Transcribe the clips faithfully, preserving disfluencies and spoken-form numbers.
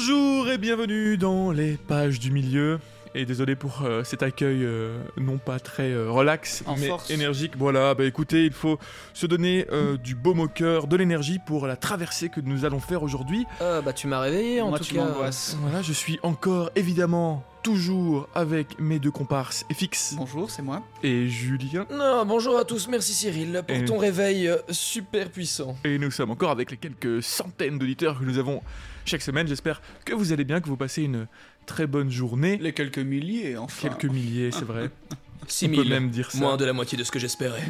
Bonjour et bienvenue dans les pages du milieu. Et désolé pour euh, cet accueil euh, non pas très euh, relax, en mais force. énergique. Voilà, bah écoutez, il faut se donner euh, du baume au cœur, de l'énergie pour la traversée que nous allons faire aujourd'hui. Euh, bah tu m'as réveillé en Moi, tout tu cas. m'angoisses. Voilà, je suis encore évidemment toujours avec mes deux comparses F X Bonjour, c'est moi. et Julien. Non, bonjour à tous, merci Cyril pour Et- ton réveil euh, super puissant. Et nous sommes encore avec les quelques centaines d'auditeurs que nous avons chaque semaine. J'espère que vous allez bien, que vous passez une très bonne journée. Les quelques milliers, enfin. Quelques milliers, c'est vrai. six On peut mille, même dire ça. moins de la moitié de ce que j'espérais.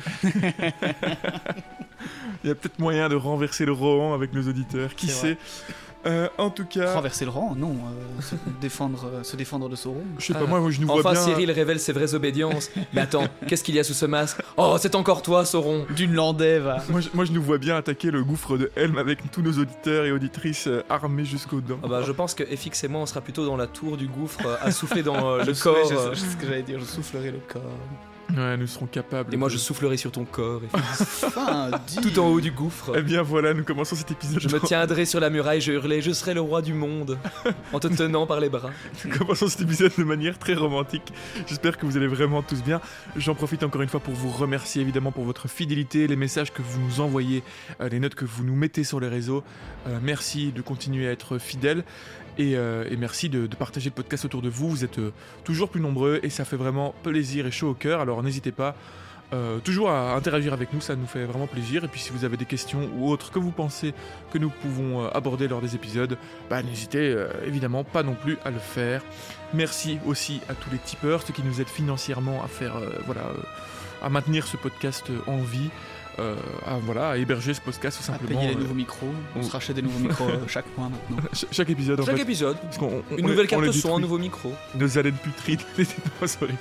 Il y a peut-être moyen de renverser le Rohan avec nos auditeurs, qui C'est sait. Euh, en tout cas, Renverser le rang, non. euh, se, défendre, euh, se défendre de Sauron. je sais pas, Ah. moi, moi je nous vois Enfin bien. Cyril révèle ses vraies obédiences. Mais attends, qu'est-ce qu'il y a sous ce masque? Oh, c'est encore toi Sauron. D'une landais, va. Moi je, moi, je nous vois bien attaquer le gouffre de Helm avec tous nos auditeurs et auditrices euh, armés jusqu'aux dents. Ah bah je pense que F X et moi on sera plutôt dans la tour du gouffre euh, à souffler dans euh, le Je- corps. je- euh, je- ce que j'allais dire, je soufflerai le corps. Ouais, nous serons capables. Et moi de- je soufflerai sur ton corps, F X. Enfin, dis. Tout en haut du gouffre. Eh bien voilà, nous commençons cet épisode. Je me tiendrai sur la muraille, je hurlais, je serai le roi du monde, en te tenant par les bras. Nous commençons cet épisode de manière très romantique. J'espère que vous allez vraiment tous bien. J'en profite encore une fois pour vous remercier évidemment pour votre fidélité, les messages que vous nous envoyez, euh, les notes que vous nous mettez sur les réseaux. Euh, merci de continuer à être fidèles. Et, euh, et merci de, de partager le podcast autour de vous. Vous êtes euh, toujours plus nombreux et ça fait vraiment plaisir et chaud au cœur. Alors n'hésitez pas euh, toujours à interagir avec nous, ça nous fait vraiment plaisir. Et puis si vous avez des questions ou autres que vous pensez que nous pouvons euh, aborder lors des épisodes, bah, n'hésitez euh, évidemment pas non plus à le faire. Merci aussi à tous les tipeurs, ceux qui nous aident financièrement à faire, euh, voilà, euh, à maintenir ce podcast euh, en vie. Euh, à, voilà, à héberger ce podcast tout À simplement. payer les euh, nouveaux micros. On on- se rachète des nouveaux micros euh, chaque mois maintenant. ch- chaque épisode en Chaque fait. épisode, Parce qu'on- on- une on nouvelle les- on carte les son, un détruit. nouveau micro. Nos haleines putrides, les non, sorry.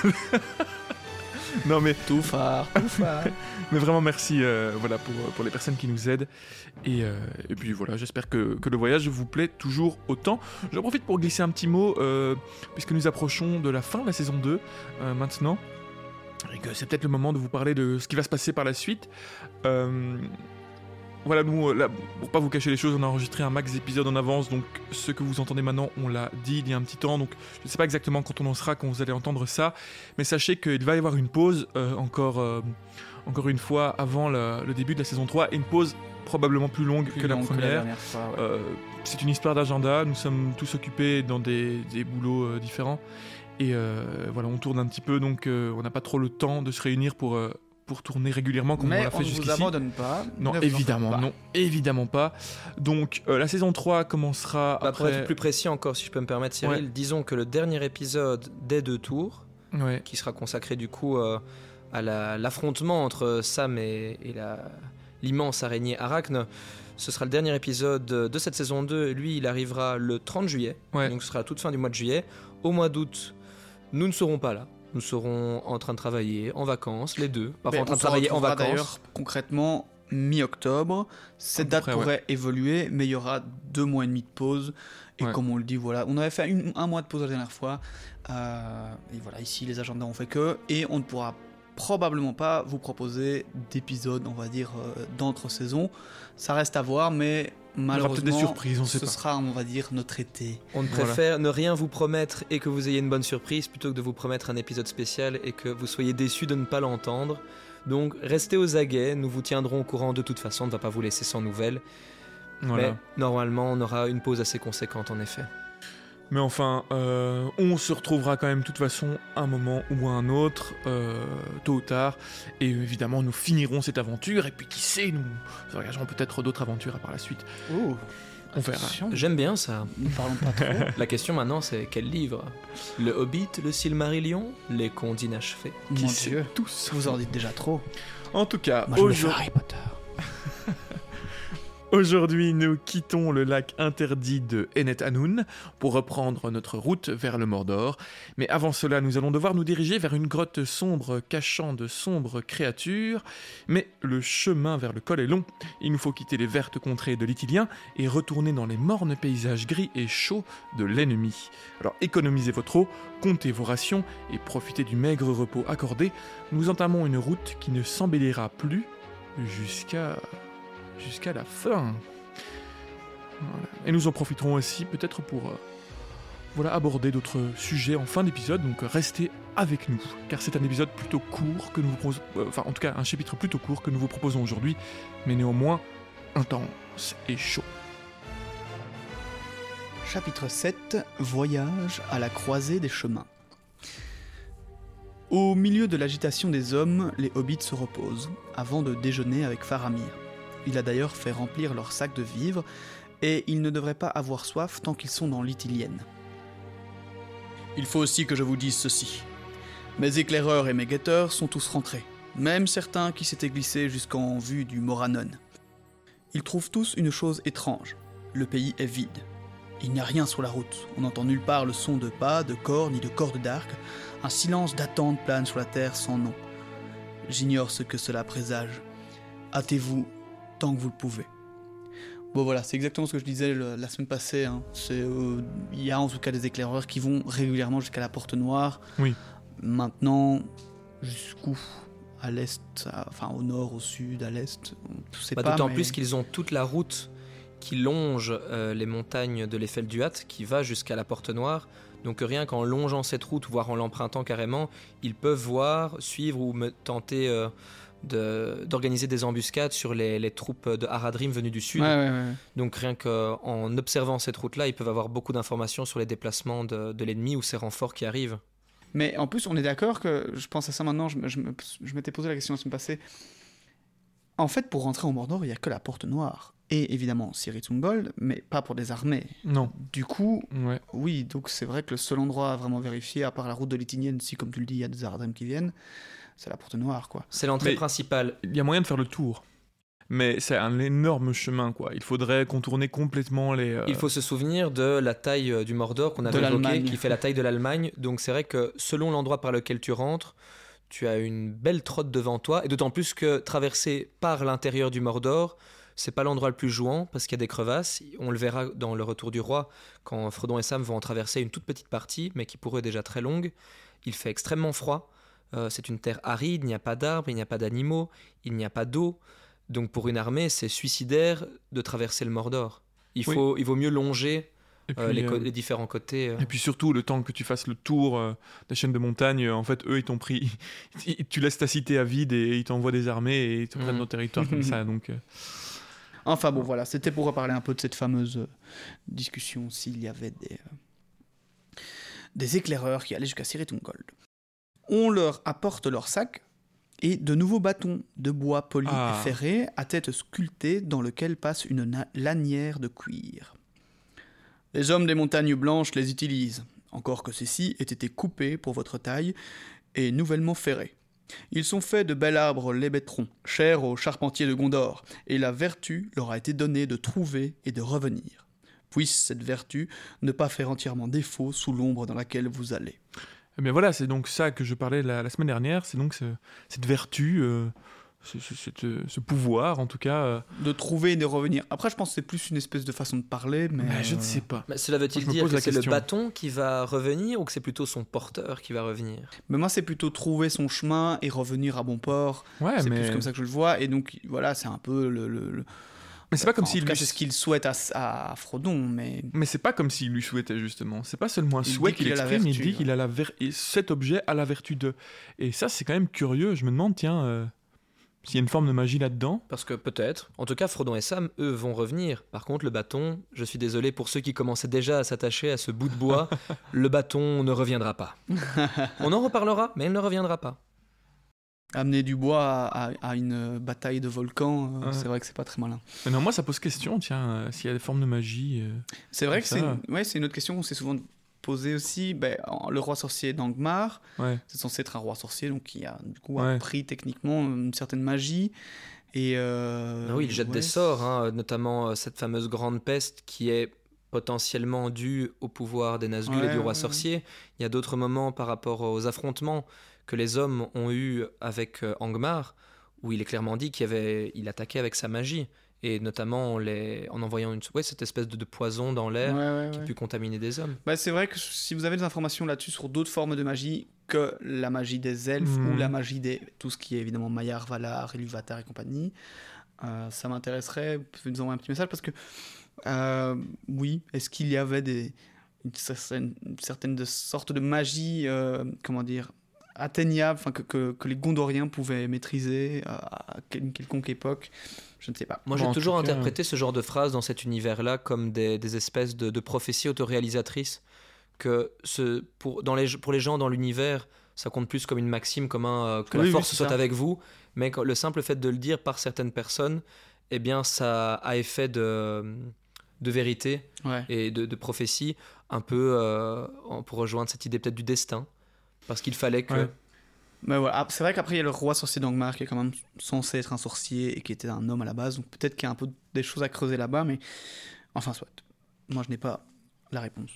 Non mais, Tout phare, tout phare. mais vraiment merci euh, voilà, pour, pour les personnes qui nous aident. Et, euh, et puis voilà, j'espère que, que le voyage vous plaît toujours autant. J'en profite pour glisser un petit mot, euh, puisque nous approchons de la fin de la saison deux euh, maintenant. Et que c'est peut-être le moment de vous parler de ce qui va se passer par la suite. Euh, Voilà, nous, euh, là, pour pas vous cacher les choses, on a enregistré un max d'épisodes en avance, donc ce que vous entendez maintenant, on l'a dit il y a un petit temps, donc je ne sais pas exactement quand on en sera, quand vous allez entendre ça, mais sachez qu'il va y avoir une pause, euh, encore, euh, encore une fois, avant la- le début de la saison trois, et une pause probablement plus longue Plus que la long première. dernière fois, ouais. Euh, c'est une histoire d'agenda, nous sommes tous occupés dans des, des boulots euh, différents, et euh, voilà, on tourne un petit peu, donc euh, on n'a pas trop le temps de se réunir pour... euh, pour tourner régulièrement comme on Mais l'a on fait ne vous jusqu'ici. abandonne pas. Non, ne vous en évidemment, faites pas. non, évidemment pas. Donc, euh, la saison trois commencera Bah, pour après... être plus précis encore, si je peux me permettre, Cyril, Ouais. disons que le dernier épisode des deux tours, Ouais, qui sera consacré du coup euh, à la- l'affrontement entre Sam et, et la- l'immense araignée Arachne, ce sera le dernier épisode de cette saison deux. Lui, il arrivera le trente juillet, ouais. donc ce sera à toute fin du mois de juillet. Au mois d'août, nous ne serons pas là. Nous serons en train de travailler, en vacances, les deux. Parfois Mais en train on de se travailler en retrouvera vacances. D'ailleurs, concrètement, mi-octobre. Cette À peu date près, pourrait évoluer, mais il y aura deux mois et demi de pause. Et Ouais. comme on le dit, voilà, on avait fait une- un mois de pause la dernière fois. Euh, et voilà, ici, les agendas ont fait que. Et on ne pourra probablement pas vous proposer d'épisodes, on va dire, euh, d'entre-saison. Ça reste à voir, mais Il y aura malheureusement, peut-être des surprises, on sait ce pas. sera, on va dire, notre été. On ne Voilà. préfère ne rien vous promettre et que vous ayez une bonne surprise plutôt que de vous promettre un épisode spécial et que vous soyez déçus de ne pas l'entendre. Donc restez aux aguets, nous vous tiendrons au courant de toute façon, on ne va pas vous laisser sans nouvelles. Voilà. Mais normalement, on aura une pause assez conséquente en effet. Mais enfin, euh, on se retrouvera quand même de toute façon un moment ou un autre, euh, tôt ou tard. Et évidemment, nous finirons cette aventure. Et puis qui sait, nous engagerons peut-être d'autres aventures par la suite. Oh, On verra. attention, J'aime bien ça. ne parlons pas trop. La question maintenant, c'est quel livre? Le Hobbit, le Silmarillion, les Contes inachevés? Qui Mon sait Dieu, tous. vous en dites déjà trop. En tout cas, Moi, je me fais aujourd'hui... Harry Potter. Aujourd'hui, nous quittons le lac interdit de Enet Anun pour reprendre notre route vers le Mordor. Mais avant cela, nous allons devoir nous diriger vers une grotte sombre cachant de sombres créatures. Mais le chemin vers le col est long. Il nous faut quitter les vertes contrées de l'Itilien et retourner dans les mornes paysages gris et chauds de l'ennemi. Alors économisez votre eau, comptez vos rations et profitez du maigre repos accordé. Nous entamons une route qui ne s'embellira plus jusqu'à... jusqu'à la fin. Voilà. Et nous en profiterons aussi peut-être pour euh, voilà, aborder d'autres sujets en fin d'épisode, donc restez avec nous, car c'est un épisode plutôt court que nous vous proposons, euh, enfin en tout cas un chapitre plutôt court que nous vous proposons aujourd'hui, mais néanmoins intense et chaud. Chapitre sept. Voyage à la croisée des chemins. Au milieu de l'agitation des hommes, les hobbits se reposent, avant de déjeuner avec Faramir. Il a d'ailleurs fait remplir leur sac de vivres, et ils ne devraient pas avoir soif tant qu'ils sont dans l'Ithilienne. Il faut aussi que je vous dise ceci. Mes éclaireurs et mes guetteurs sont tous rentrés, même certains qui s'étaient glissés jusqu'en vue du Moranon. Ils trouvent tous une chose étrange. Le pays est vide. Il n'y a rien sur la route. On n'entend nulle part le son de pas, de corps ni de cordes d'arc. Un silence d'attente plane sur la terre sans nom. J'ignore ce que cela présage. Hâtez-vous tant que vous le pouvez. Bon voilà, c'est exactement ce que je disais le, la semaine passée. Hein. C'est, euh, il y a en tout cas des éclaireurs qui vont régulièrement jusqu'à la Porte Noire. Oui. Maintenant, jusqu'où ? À l'est, à, enfin au nord, au sud, à l'est, on ne sait bah, pas. D'autant mais... plus qu'ils ont toute la route qui longe euh, les montagnes de l'Eiffel-du-Haut, qui va jusqu'à la Porte Noire. Donc rien qu'en longeant cette route, voire en l'empruntant carrément, ils peuvent voir, suivre ou me tenter euh, de, d'organiser des embuscades sur les, les troupes de Haradrim venues du sud. Ouais, ouais, ouais. Donc rien qu'en observant cette route-là, ils peuvent avoir beaucoup d'informations sur les déplacements de, de l'ennemi ou ses renforts qui arrivent. Mais en plus, on est d'accord que, je pense à ça maintenant, je, je, je m'étais posé la question la semaine passée. En fait, pour rentrer au Mordor, il n'y a que la Porte Noire. Et évidemment Cirith Ungol, mais pas pour des armées. Non. Du coup, Ouais. oui, donc c'est vrai que le seul endroit à vraiment vérifier, à part la route de l'Ithinienne, si comme tu le dis, il y a des Haradrim qui viennent, c'est la Porte Noire, quoi. C'est l'entrée Mais- principale. Il y a moyen de faire le tour. Mais c'est un énorme chemin, quoi. Il faudrait contourner complètement les... euh, Il faut se souvenir de la taille euh, du Mordor qu'on avait De évoqué, l'Allemagne. qui fait la taille de l'Allemagne. Donc c'est vrai que selon l'endroit par lequel tu rentres, tu as une belle trotte devant toi. Et d'autant plus que traverser par l'intérieur du Mordor, c'est pas l'endroit le plus jouant parce qu'il y a des crevasses. On le verra dans le Retour du Roi quand Frodon et Sam vont en traverser une toute petite partie, mais qui pour eux est déjà très longue. Il fait extrêmement froid. Euh, c'est une terre aride, il n'y a pas d'arbres, il n'y a pas d'animaux, il n'y a pas d'eau. Donc pour une armée, c'est suicidaire de traverser le Mordor. Il, Oui. faut, il vaut mieux longer et puis, euh, les, co- euh, les différents côtés. euh. Et puis surtout, le temps que tu fasses le tour euh, des chaînes de montagne, euh, en fait, eux, ils t'ont pris... ils- tu laisses ta cité à vide et ils t'envoient des armées et ils te prennent Mhm. nos territoires comme ça, donc... euh, Enfin bon, voilà, c'était pour reparler un peu de cette fameuse euh, discussion s'il y avait des, euh, des éclaireurs qui allaient jusqu'à Cirith Ungol. On leur apporte leur sac et de nouveaux bâtons de bois poli Ah. et ferré à tête sculptée dans lequel passe une na- lanière de cuir. Les hommes des montagnes blanches les utilisent, encore que ceux-ci aient été coupés pour votre taille et nouvellement ferrés. Ils sont faits de bel arbre l'ébétron, cher aux charpentiers de Gondor, et la vertu leur a été donnée de trouver et de revenir. Puisse cette vertu ne pas faire entièrement défaut sous l'ombre dans laquelle vous allez. Eh bien voilà, c'est donc ça que je parlais la, la semaine dernière, c'est donc ce- cette vertu, euh, ce, ce- cette- ce pouvoir en tout cas. euh, De trouver et de revenir. Après, je pense que c'est plus une espèce de façon de parler, mais... bah, je ne euh, sais pas. Mais cela veut-il Moi, je me dire pose que la c'est le question. bâton qui va revenir ou que c'est plutôt son porteur qui va revenir? Mais moi, c'est plutôt trouver son chemin et revenir à bon port. Ouais, c'est mais, plus comme ça que je le vois. Et donc, voilà, c'est un peu le... le- le- mais c'est pas comme enfin, en s'il tout cas, lui... c'est ce qu'il souhaite à, à Frodon, mais... Mais c'est pas comme s'il lui souhaitait justement. C'est pas seulement un Il souhait dit qu'il qu'il a la exprime, il vertu, dit ouais. qu'il a la ver... et cet objet a la vertu de. Et ça, c'est quand même curieux. Je me demande, tiens, euh, s'il y a une forme de magie là-dedans. Parce que peut-être. En tout cas, Frodon et Sam, eux, vont revenir. Par contre, le bâton, je suis désolé pour ceux qui commençaient déjà à s'attacher à ce bout de bois, le bâton ne reviendra pas. On en reparlera, mais il ne reviendra pas. Amener du bois à, à- à une bataille de volcan, euh, Ouais. c'est vrai que c'est pas très malin. Mais non, moi, ça pose question, tiens, euh, s'il y a des formes de magie. euh, C'est vrai Comme que c'est ça. une... Ouais, c'est une autre question qu'on s'est souvent posée aussi. Ben, en- le roi sorcier d'Angmar, Ouais. c'est censé être un roi sorcier, donc qui a du coup Ouais. appris techniquement une certaine magie. Et euh, Ah oui, il jette ouais, des sorts, hein, notamment euh, cette fameuse grande peste qui est potentiellement due au pouvoir des Nazgûl et Ouais, du roi ouais, sorcier. Il y a d'autres moments par rapport aux affrontements que les hommes ont eu avec euh, Angmar, où il est clairement dit qu'il y avait, il attaquait avec sa magie, et notamment les, en envoyant une, ouais, cette espèce de, de poison dans l'air ouais, ouais, qui ouais. a pu contaminer des hommes. Bah, c'est vrai que si vous avez des informations là-dessus sur d'autres formes de magie que la magie des elfes Mhm. ou la magie des tout ce qui est évidemment Maillard, Valar, Ilúvatar et compagnie, Euh, ça m'intéresserait, vous nous envoyer un petit message parce que, euh, oui, est-ce qu'il y avait des, une certaine, une certaine de sorte de magie, euh, comment dire, atteignable, enfin que, que, que les Gondoriens pouvaient maîtriser à, à une quelconque époque? Je ne sais pas. Moi, Bon, j'ai en toujours tout cas, interprété ce genre de phrases dans cet univers-là comme des, des espèces de, de prophéties autoréalisatrices. Que ce, pour, dans les, pour les gens dans l'univers, ça compte plus comme une maxime, comme un, euh, que Oui, la oui, force c'est soit ça. avec vous. Mais quand- le simple fait de le dire par certaines personnes, eh bien, ça a effet de, de vérité Ouais. et de, de prophétie, un peu euh, en- pour rejoindre cette idée peut-être du destin. Parce qu'il fallait que... Ouais. Mais voilà. Ah, c'est vrai qu'après il y a le roi sorcier d'Angmar qui est quand même censé être un sorcier et qui était un homme à la base, donc peut-être qu'il y a un peu des choses à creuser là-bas, mais enfin soit. Moi je n'ai pas la réponse.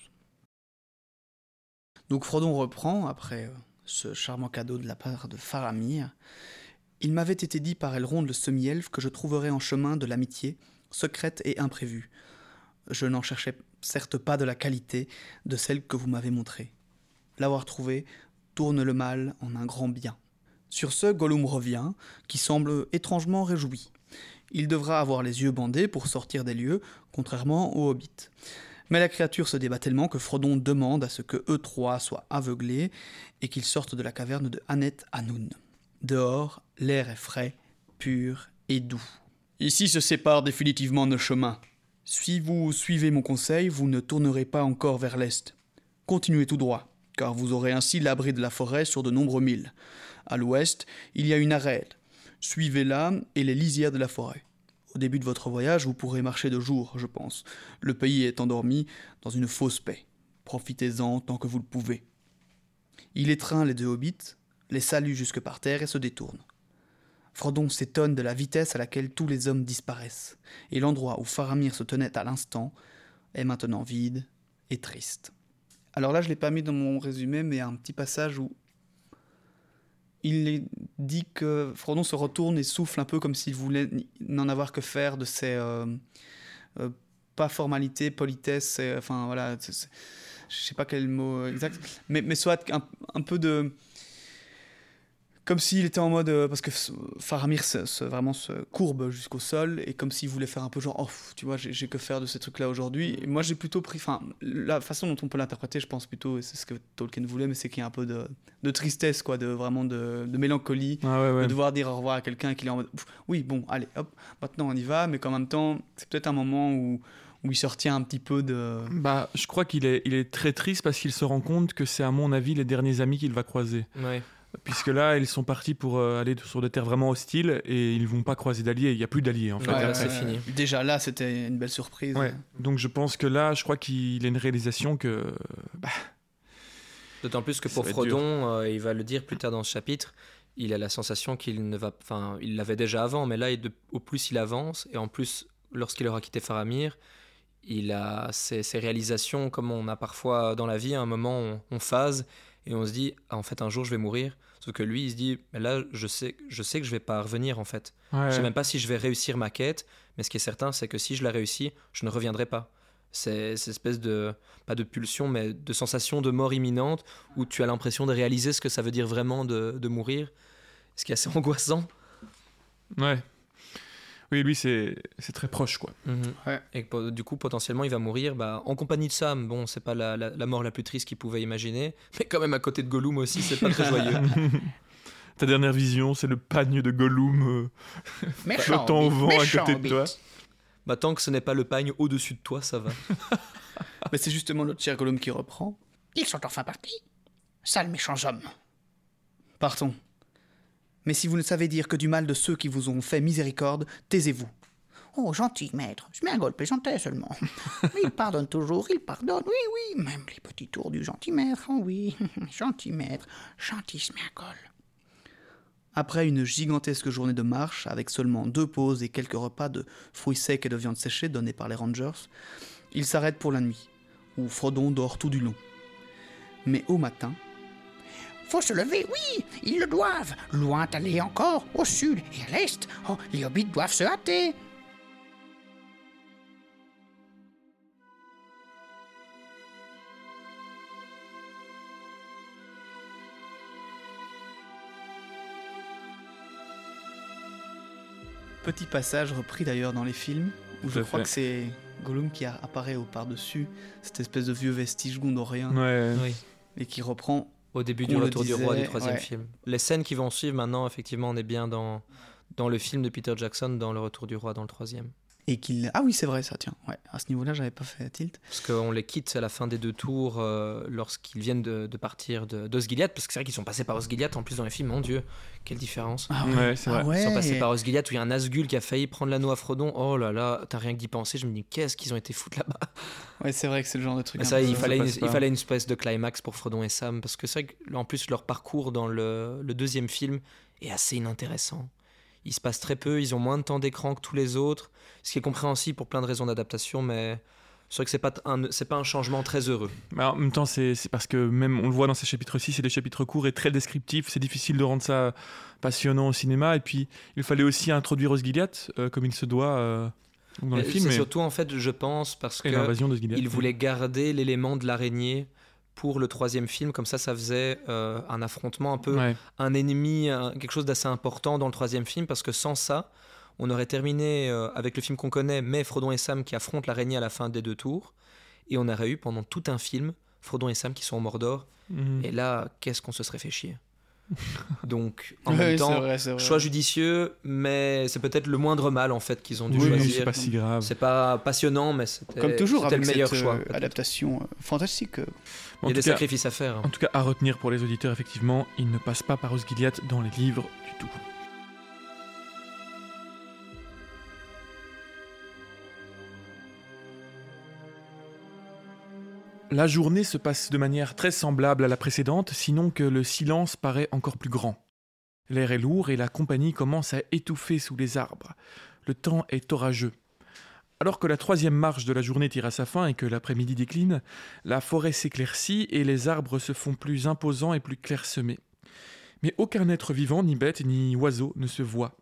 Donc Frodon reprend après euh, ce charmant cadeau de la part de Faramir. Il m'avait été dit par Elrond le semi-elfe que je trouverais en chemin de l'amitié, secrète et imprévue. Je n'en cherchais certes pas de la qualité de celle que vous m'avez montrée. L'avoir trouvée tourne le mal en un grand bien. Sur ce, Gollum revient, qui semble étrangement réjoui. Il devra avoir les yeux bandés pour sortir des lieux, contrairement aux hobbits. Mais la créature se débat tellement que Frodon demande à ce que eux trois soient aveuglés et qu'ils sortent de la caverne de Anet Anun. Dehors, l'air est frais, pur et doux. Ici se séparent définitivement nos chemins. Si vous suivez mon conseil, vous ne tournerez pas encore vers l'est. Continuez tout droit, car vous aurez ainsi l'abri de la forêt sur de nombreux milles. À l'ouest, il y a une arête. Suivez-la et les lisières de la forêt. Au début de votre voyage, vous pourrez marcher de jour, je pense. Le pays est endormi dans une fausse paix. Profitez-en tant que vous le pouvez. Il étreint les deux hobbits, les salue jusque par terre et se détourne. Frodon s'étonne de la vitesse à laquelle tous les hommes disparaissent, et l'endroit où Faramir se tenait à l'instant est maintenant vide et triste. Alors là, je ne l'ai pas mis dans mon résumé, mais il y a un petit passage où il dit que Frodon se retourne et souffle un peu comme s'il voulait n'en avoir que faire de ses... Euh, euh, pas formalité, politesse, et, enfin voilà, c'est, c'est, je sais pas quel mot exact, mais, mais soit un, un peu de... Comme s'il était en mode... euh, parce que Faramir se, se, vraiment se courbe jusqu'au sol, et comme s'il voulait faire un peu genre, oh, tu vois, j'ai, j'ai que faire de ces trucs-là aujourd'hui. Et moi, j'ai plutôt pris... Enfin, la façon dont on peut l'interpréter, je pense plutôt, et c'est ce que Tolkien voulait, mais c'est qu'il y a un peu de, de tristesse, quoi, de vraiment de, de mélancolie, Ah ouais, ouais. de devoir dire au revoir à quelqu'un qui est en mode, oui, bon, allez, hop, maintenant on y va, mais qu'en même temps, c'est peut-être un moment où, où il se retient un petit peu de... Bah, je crois qu'il est, il est très triste parce qu'il se rend compte que c'est à mon avis les derniers amis qu'il va croiser. Ouais. Puisque là, ils sont partis pour euh, aller sur des terres vraiment hostiles et ils vont pas croiser d'alliés. Il y a plus d'alliés en fait. Ouais, Ouais, c'est ouais, fini. Déjà là, c'était une belle surprise. Ouais. Donc je pense que là, je crois qu'il a une réalisation que bah, D'autant plus que Ça pour va être Frodon, euh, il va le dire plus tard dans ce chapitre, il a la sensation qu'il ne va... Enfin, il l'avait déjà avant, mais là, il de- au plus il avance, et en plus, lorsqu'il aura quitté Faramir, il a ces, ces réalisations comme on a parfois dans la vie, à un moment, on, on phase, et on se dit, ah, en fait, un jour, je vais mourir. Sauf que lui, il se dit, mais là, je sais, je sais que je vais pas revenir, en fait. ouais, Je sais même pas si je vais réussir ma quête, mais ce qui est certain, c'est que si je la réussis, je ne reviendrai pas. C'est cette espèce de, pas de pulsion, mais de sensation de mort imminente, où tu as l'impression de réaliser ce que ça veut dire vraiment de, de mourir, ce qui est assez angoissant. ouais. Oui, lui, c'est, c'est très proche, quoi. Ouais. Et que, du coup, potentiellement, il va mourir bah, en compagnie de Sam. Bon, c'est pas la, la, la mort la plus triste qu'il pouvait imaginer, mais quand même à côté de Gollum aussi, c'est pas très joyeux. Ta dernière vision, c'est le pagne de Gollum euh, Méchant flottant au hobbit, vent à méchant côté de hobbit. toi. Bah, tant que ce n'est pas le pagne au-dessus de toi, ça va. Mais c'est justement notre cher Gollum qui reprend. Ils sont enfin partis. Sales méchants hommes. Partons. Mais si vous ne savez dire que du mal de ceux qui vous ont fait miséricorde, taisez-vous. Oh, gentil maître. Sméagol plaisantait seulement. Mais il pardonne toujours, il pardonne. Oui, oui, même les petits tours du gentil maître. Oh oui, gentil maître, gentil Sméagol. Après une gigantesque journée de marche, avec seulement deux pauses et quelques repas de fruits secs et de viande séchée donnés par les rangers, ils s'arrêtent pour la nuit, où Frodon dort tout du long. Mais au matin, Faut se lever, oui, ils le doivent. Loin aller encore, au sud et à l'est. Oh, les hobbits doivent se hâter. Petit passage repris d'ailleurs dans les films, où Tout je à crois fait. que c'est Gollum qui a- apparaît au par-dessus cette espèce de vieux vestige gondorien Ouais. Oui. et qui reprend. Au début On du le Retour du Roi du disait, troisième ouais. film. Les scènes qui vont suivre maintenant, effectivement, on est bien dans, dans le film de Peter Jackson, dans le Retour du Roi, dans le troisième. Et qu'il... Ah oui, c'est vrai ça, tiens. Ouais, à ce niveau-là, j'avais pas fait tilt. Parce qu'on les quitte à la fin des deux tours euh, lorsqu'ils viennent de, de partir de, d'Osgiliath, parce que c'est vrai qu'ils sont passés par Osgiliath en plus dans les films, mon Dieu, quelle différence. Ah Ouais, c'est vrai. Ah ouais. Ils sont passés par Osgiliath où il y a un Nazgûl qui a failli prendre l'anneau à Frodon. Oh là là, t'as rien que d'y penser, je me dis qu'est-ce qu'ils ont été foutre là-bas. Ouais, c'est vrai que c'est le genre de truc. Mais un ça, peu- il fallait, une, passe il pas. fallait une espèce de climax pour Frodon et Sam, parce que c'est vrai qu'en plus leur parcours dans le, le deuxième film est assez inintéressant. Il se passe très peu, ils ont moins de temps d'écran que tous les autres, ce qui est compréhensible pour plein de raisons d'adaptation, mais c'est vrai que c'est pas un, c'est pas un changement très heureux. Mais en même temps, c'est c'est parce que même on le voit dans ces chapitres-ci, c'est des chapitres courts et très descriptifs. C'est difficile de rendre ça passionnant au cinéma. Et puis, il fallait aussi introduire Osgiliath euh, comme il se doit euh, dans les Et films. c'est et- surtout en fait, je pense, parce Et que l'invasion d'Osgiliath. il voulait garder l'élément de l'araignée pour le troisième film, comme ça, ça faisait euh, un affrontement un peu, Ouais. un ennemi, un- quelque chose d'assez important dans le troisième film, parce que sans ça, on aurait terminé euh, avec le film qu'on connaît, mais Frodon et Sam qui affrontent l'araignée à la fin des deux tours, et on aurait eu pendant tout un film Frodon et Sam qui sont au Mordor, Mhm. et là, qu'est-ce qu'on se serait fait chier. Donc, en Ouais, même c'est temps, vrai, c'est vrai. choix judicieux, mais c'est peut-être le moindre mal en fait qu'ils ont dû Oui, oui, choisir. c'est pas si grave. C'est pas passionnant, mais c'était, Comme toujours c'était avec le meilleur cette choix. euh, peut-être. adaptation euh, fantastique. euh. Il En y a tout des cas- sacrifices à faire. hein. En tout cas, à retenir pour les auditeurs, effectivement, il ne passe pas par Osgiliath dans les livres du tout. La journée se passe de manière très semblable à la précédente, sinon que le silence paraît encore plus grand. L'air est lourd et la compagnie commence à étouffer sous les arbres. Le temps est orageux. Alors que la troisième marche de la journée tire à sa fin et que l'après-midi décline, la forêt s'éclaircit et les arbres se font plus imposants et plus clairsemés. Mais aucun être vivant, ni bête, ni oiseau ne se voit.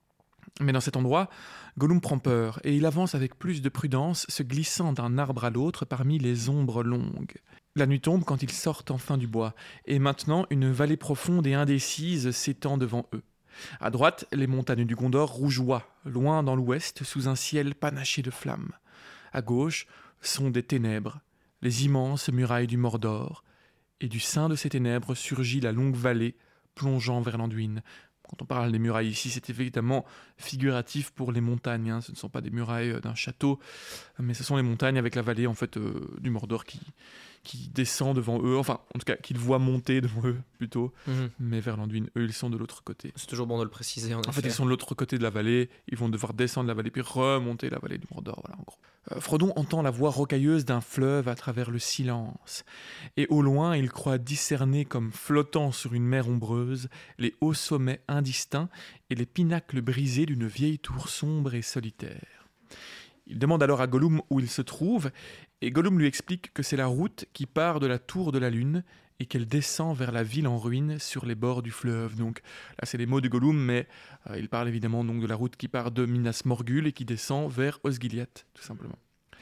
Mais dans cet endroit, Gollum prend peur et il avance avec plus de prudence, se glissant d'un arbre à l'autre parmi les ombres longues. La nuit tombe quand ils sortent enfin du bois, et maintenant une vallée profonde et indécise s'étend devant eux. À droite, les montagnes du Gondor rougeoient, loin dans l'ouest, sous un ciel panaché de flammes. À gauche sont des ténèbres, les immenses murailles du Mordor, et du sein de ces ténèbres surgit la longue vallée plongeant vers l'Anduin. Quand on parle des murailles ici, c'est évidemment figuratif pour les montagnes. hein. Ce ne sont pas des murailles euh, d'un château, mais ce sont les montagnes avec la vallée en fait euh, du Mordor qui, qui descend devant eux. Enfin, en tout cas, qu'ils voient monter devant eux plutôt. Mhm. Mais vers l'Anduin, eux, ils sont de l'autre côté. C'est toujours bon de le préciser. En, En fait, effet. ils sont de l'autre côté de la vallée. Ils vont devoir descendre la vallée puis remonter la vallée du Mordor. Voilà, en gros. Euh, Frodon entend la voix rocailleuse d'un fleuve à travers le silence. Et au loin, il croit discerner comme flottant sur une mer ombreuse les hauts sommets indistincts et les pinacles brisés d'une vieille tour sombre et solitaire. Il demande alors à Gollum où il se trouve, et Gollum lui explique que c'est la route qui part de la tour de la lune et qu'elle descend vers la ville en ruine sur les bords du fleuve. Donc là, c'est les mots de Gollum, mais euh, il parle évidemment donc de la route qui part de Minas Morgul et qui descend vers Osgiliath, tout simplement.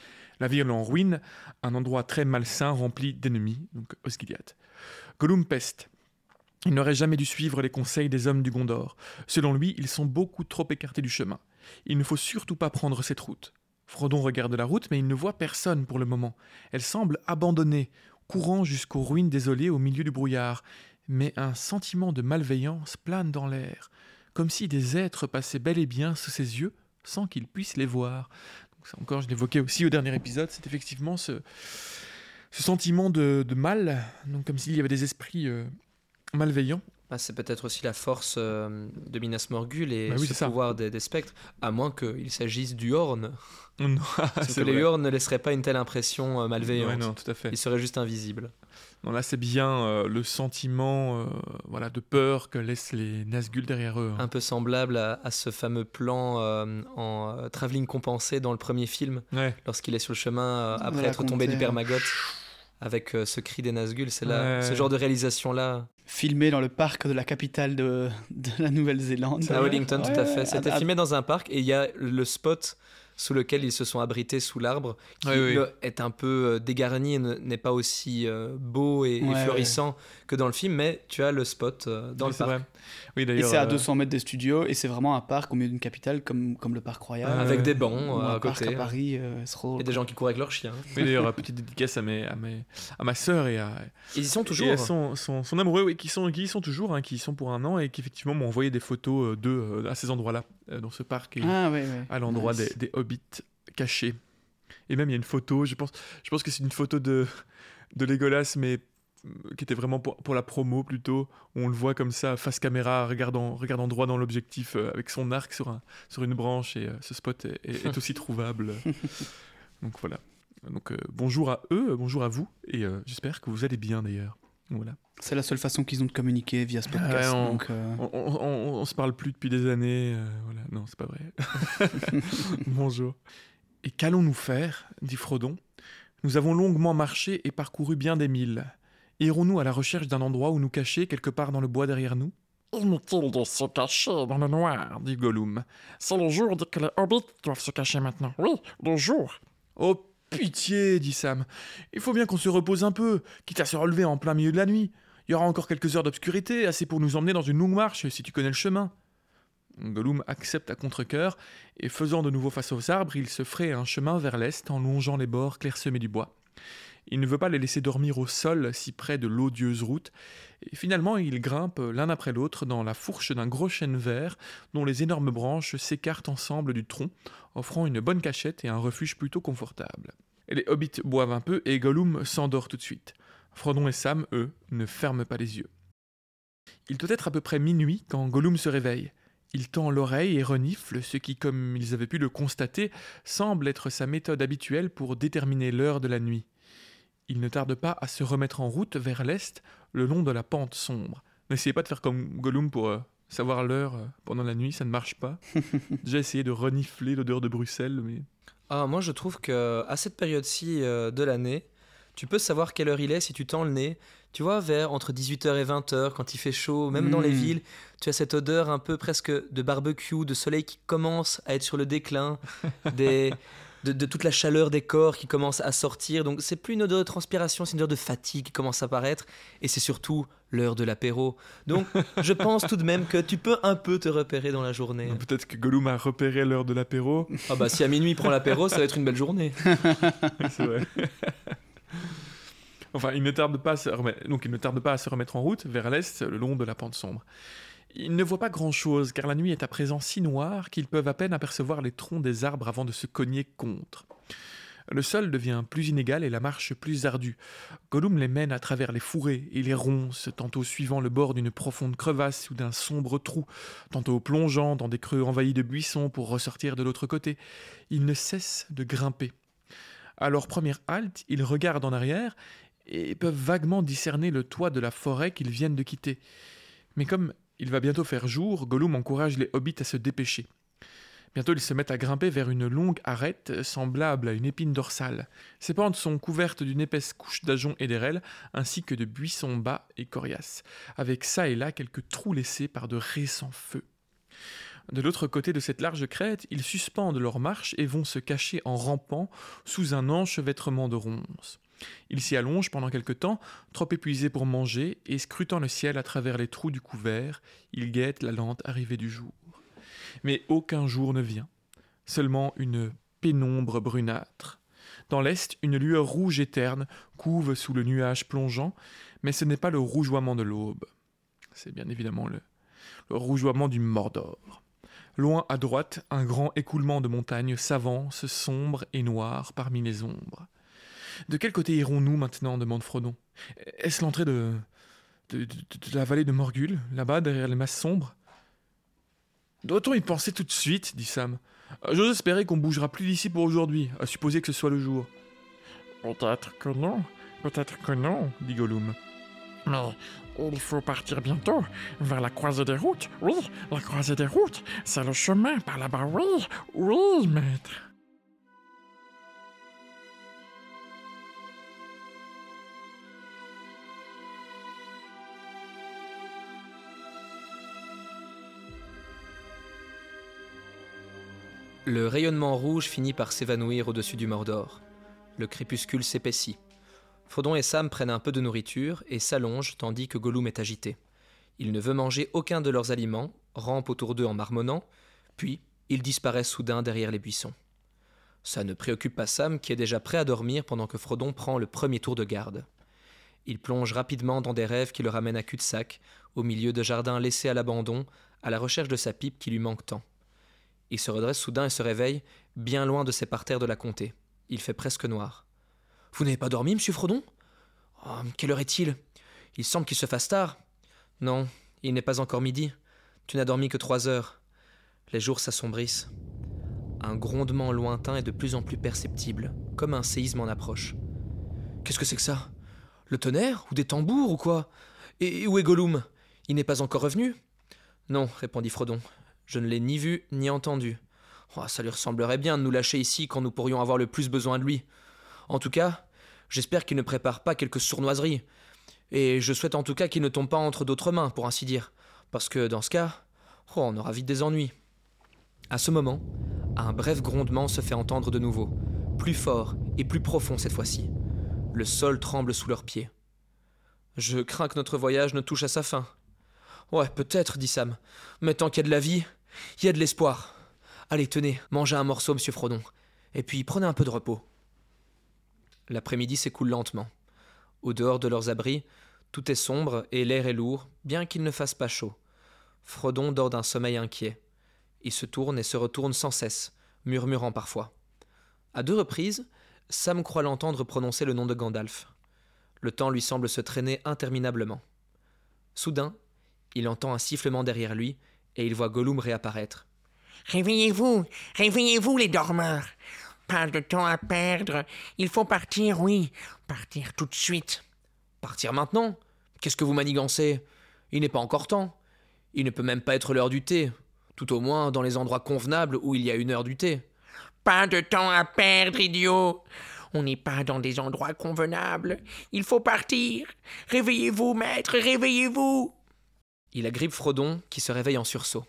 La ville en ruine, un endroit très malsain rempli d'ennemis, donc Osgiliath. Gollum peste. Il n'aurait jamais dû suivre les conseils des hommes du Gondor. Selon lui, ils sont beaucoup trop écartés du chemin. Il ne faut surtout pas prendre cette route. Frodon regarde la route, mais il ne voit personne pour le moment. Elle semble abandonnée, courant jusqu'aux ruines désolées au milieu du brouillard. Mais un sentiment de malveillance plane dans l'air, comme si des êtres passaient bel et bien sous ses yeux sans qu'il puisse les voir. Donc, ça encore, je l'évoquais aussi au dernier épisode, c'est effectivement ce, ce sentiment de, de mal, donc comme s'il y avait des esprits euh, malveillants. Ah, c'est peut-être aussi la force euh, de Minas Morgul et Bah oui, ce c'est ça. pouvoir des, des spectres, à moins qu'il s'agisse du Horn. Non, Parce c'est que les vrai. Horn ne laisseraient pas une telle impression euh, malveillante. Ouais, non, tout à fait. Ils seraient juste invisibles. Non, là, c'est bien euh, le sentiment euh, voilà, de peur que laissent les Nazgûl derrière eux. hein. Un peu semblable à, à ce fameux plan euh, en euh, travelling compensé dans le premier film, Ouais. lorsqu'il est sur le chemin euh, après Voilà, être tombé compter. du Permagoth, avec euh, ce cri des Nazgûl. C'est là, Ouais. ce genre de réalisation-là. Filmé dans le parc de la capitale de, de la Nouvelle-Zélande. À Wellington, tout à Ouais, fait. C'était à- à- filmé dans un parc et il y a le spot sous lequel ils se sont abrités sous l'arbre, qui Oui, oui. le- est un peu euh, dégarni et ne- n'est pas aussi euh, beau et, et Ouais, florissant que dans le film, mais tu as le spot euh, dans Oui, le c'est parc. vrai. Oui, Et d'ailleurs. c'est à euh, deux cents mètres des studios et c'est vraiment un parc au milieu d'une capitale comme, comme le parc Royal. Ah, Avec ouais. des bancs ou euh, un à parc côté. à Paris, euh, Sro- Et des gens qui courent avec leurs chiens. Oui, d'ailleurs, euh, petite dédicace à, mes, à, mes, à ma sœur et à, Ils y sont et toujours. à son, son, son amoureux, oui, qui, sont, qui y sont toujours, hein, qui y sont pour un an et qui effectivement m'ont envoyé des photos euh, d'eux euh, à ces endroits-là, euh, dans ce parc et Ah ouais, ouais. à l'endroit Nice. des, des hobbits cachés. Et même il y a une photo, je pense, je pense que c'est une photo de, de Legolas, mais euh, qui était vraiment pour, pour la promo plutôt, où on le voit comme ça, face caméra, regardant, regardant droit dans l'objectif, euh, avec son arc sur, un, sur une branche, et euh, ce spot est, est- est aussi trouvable. Donc voilà. Donc euh, bonjour à eux, euh, bonjour à vous, et euh, j'espère que vous allez bien d'ailleurs. Voilà. C'est la seule façon qu'ils ont de communiquer via ce podcast. Ouais, on- donc, euh, On, on, on- on se parle plus depuis des années, euh, voilà. Non, c'est pas vrai. Bonjour. Et qu'allons-nous faire dit Frodon. Nous avons longuement marché et parcouru bien des milles. Irons-nous à la recherche d'un endroit où nous cacher quelque part dans le bois derrière nous? Inutile de se cacher dans le noir, dit Gollum. c'est le jour que les hobbits doivent se cacher maintenant. Oui, le jour. Oh, pitié, dit Sam. Il faut bien qu'on se repose un peu, quitte à se relever en plein milieu de la nuit. Il y aura encore quelques heures d'obscurité, assez pour nous emmener dans une longue marche, si tu connais le chemin. Gollum accepte à contre-cœur, et faisant de nouveau face aux arbres, il se fraye un chemin vers l'est en longeant les bords clairsemés du bois. Il ne veut pas les laisser dormir au sol, si près de l'odieuse route, et finalement il grimpe l'un après l'autre dans la fourche d'un gros chêne vert, dont les énormes branches s'écartent ensemble du tronc, offrant une bonne cachette et un refuge plutôt confortable. Et les hobbits boivent un peu, et Gollum s'endort tout de suite. Frodon et Sam, eux, ne ferment pas les yeux. Il doit être à peu près minuit quand Gollum se réveille. Il tend l'oreille et renifle, ce qui, comme ils avaient pu le constater, semble être sa méthode habituelle pour déterminer l'heure de la nuit. Il ne tarde pas à se remettre en route vers l'est, le long de la pente sombre. N'essayez pas de faire comme Gollum pour euh, savoir l'heure euh, pendant la nuit, ça ne marche pas. J'ai essayé de renifler l'odeur de Bruxelles, mais... Ah, moi, je trouve que à cette période-ci euh, de l'année, tu peux savoir quelle heure il est si tu tends le nez. Tu vois, vers entre dix-huit heures et vingt heures, quand il fait chaud, même dans les Mm. villes, tu as cette odeur un peu presque de barbecue, de soleil qui commence à être sur le déclin, des, de, de toute la chaleur des corps qui commence à sortir. Donc, c'est plus une odeur de transpiration, c'est une odeur de fatigue qui commence à apparaître. Et c'est surtout l'heure de l'apéro. Donc, je pense tout de même que tu peux un peu te repérer dans la journée. Peut-être que Gollum a repéré l'heure de l'apéro. Ah bah, si à minuit il prend l'apéro, ça va être une belle journée. C'est vrai. Enfin, il ne tarde pas à se remettre... Donc, il ne tarde pas à se remettre en route vers l'est, le long de la pente sombre. Il ne voit pas grand-chose, car la nuit est à présent si noire qu'ils peuvent à peine apercevoir les troncs des arbres avant de se cogner contre. Le sol devient plus inégal et la marche plus ardue. Gollum les mène à travers les fourrés et les ronces, tantôt suivant le bord d'une profonde crevasse ou d'un sombre trou, tantôt plongeant dans des creux envahis de buissons pour ressortir de l'autre côté. Ils ne cessent de grimper. À leur première halte, ils regardent en arrière et peuvent vaguement discerner le toit de la forêt qu'ils viennent de quitter. Mais comme il va bientôt faire jour, Gollum encourage les hobbits à se dépêcher. Bientôt, ils se mettent à grimper vers une longue arête semblable à une épine dorsale. Ces pentes sont couvertes d'une épaisse couche d'ajoncs et d'érelles, ainsi que de buissons bas et coriaces, avec ça et là quelques trous laissés par de récents feux. De l'autre côté de cette large crête, ils suspendent leur marche et vont se cacher en rampant sous un enchevêtrement de ronces. Ils s'y allongent pendant quelque temps, trop épuisés pour manger, et scrutant le ciel à travers les trous du couvert, ils guettent la lente arrivée du jour. Mais aucun jour ne vient, seulement une pénombre brunâtre. Dans l'est, une lueur rouge et terne couve sous le nuage plongeant, mais ce n'est pas le rougeoiement de l'aube. C'est bien évidemment le, le rougeoiement du Mordor. Loin à droite, un grand écoulement de montagnes s'avance, sombre et noir, parmi les ombres. « De quel côté irons-nous maintenant » demande Frodon. « Est-ce l'entrée de, de, de, de la vallée de Morgul, là-bas, derrière les masses sombres ?»« Doit-on y penser tout de suite » dit Sam. « J'ose espérer qu'on bougera plus d'ici pour aujourd'hui, à supposer que ce soit le jour. » Peut-être que non, peut-être que non, dit Gollum. mais il faut partir bientôt, vers la croisée des routes. Oui, la croisée des routes, c'est le chemin par là-bas, oui, oui, maître. Le rayonnement rouge finit par s'évanouir au-dessus du Mordor. Le crépuscule s'épaissit. Frodon et Sam prennent un peu de nourriture et s'allongent tandis que Gollum est agité. Il ne veut manger aucun de leurs aliments, rampe autour d'eux en marmonnant, puis il disparaît soudain derrière les buissons. Ça ne préoccupe pas Sam qui est déjà prêt à dormir pendant que Frodon prend le premier tour de garde. Il plonge rapidement dans des rêves qui le ramènent à cul-de-sac, au milieu de jardins laissés à l'abandon, à la recherche de sa pipe qui lui manque tant. Il se redresse soudain et se réveille, bien loin de ses parterres de la comté. Il fait presque noir. « Vous n'avez pas dormi, monsieur Frodon ? Oh, quelle heure est-il ? Il semble qu'il se fasse tard. »« Non, il n'est pas encore midi. Tu n'as dormi que trois heures. Les jours s'assombrissent. » Un grondement lointain est de plus en plus perceptible, comme un séisme en approche. « Qu'est-ce que c'est que ça ? Le tonnerre ? Ou des tambours, ou quoi ? Et où est Gollum ? Il n'est pas encore revenu ? » ?»« Non, répondit Frodon. Je ne l'ai ni vu ni entendu. Oh, ça lui ressemblerait bien de nous lâcher ici quand nous pourrions avoir le plus besoin de lui. En tout cas, j'espère qu'il ne prépare pas quelques sournoiseries. Et je souhaite en tout cas qu'il ne tombe pas entre d'autres mains, pour ainsi dire. Parce que dans ce cas, oh, on aura vite des ennuis. À ce moment, un bref grondement se fait entendre de nouveau, plus fort et plus profond cette fois-ci. Le sol tremble sous leurs pieds. Je crains que notre voyage ne touche à sa fin. Ouais, peut-être, dit Sam. Mais tant qu'il y a de la vie, il y a de l'espoir. Allez, tenez, mangez un morceau, monsieur Frodon. Et puis prenez un peu de repos. L'après-midi s'écoule lentement. Au dehors de leurs abris, tout est sombre et l'air est lourd, bien qu'il ne fasse pas chaud. Frodon dort d'un sommeil inquiet. Il se tourne et se retourne sans cesse, murmurant parfois. À deux reprises, Sam croit l'entendre prononcer le nom de Gandalf. Le temps lui semble se traîner interminablement. Soudain, il entend un sifflement derrière lui et il voit Gollum réapparaître. « Réveillez-vous, réveillez-vous les dormeurs. Pas de temps à perdre. Il faut partir, oui, partir tout de suite. »« Partir maintenant ? Qu'est-ce que vous manigancez ? Il n'est pas encore temps. Il ne peut même pas être l'heure du thé, tout au moins dans les endroits convenables où il y a une heure du thé. »« Pas de temps à perdre, idiot. On n'est pas dans des endroits convenables. Il faut partir. Réveillez-vous, maître, réveillez-vous !» Il agrippe Frodon, qui se réveille en sursaut.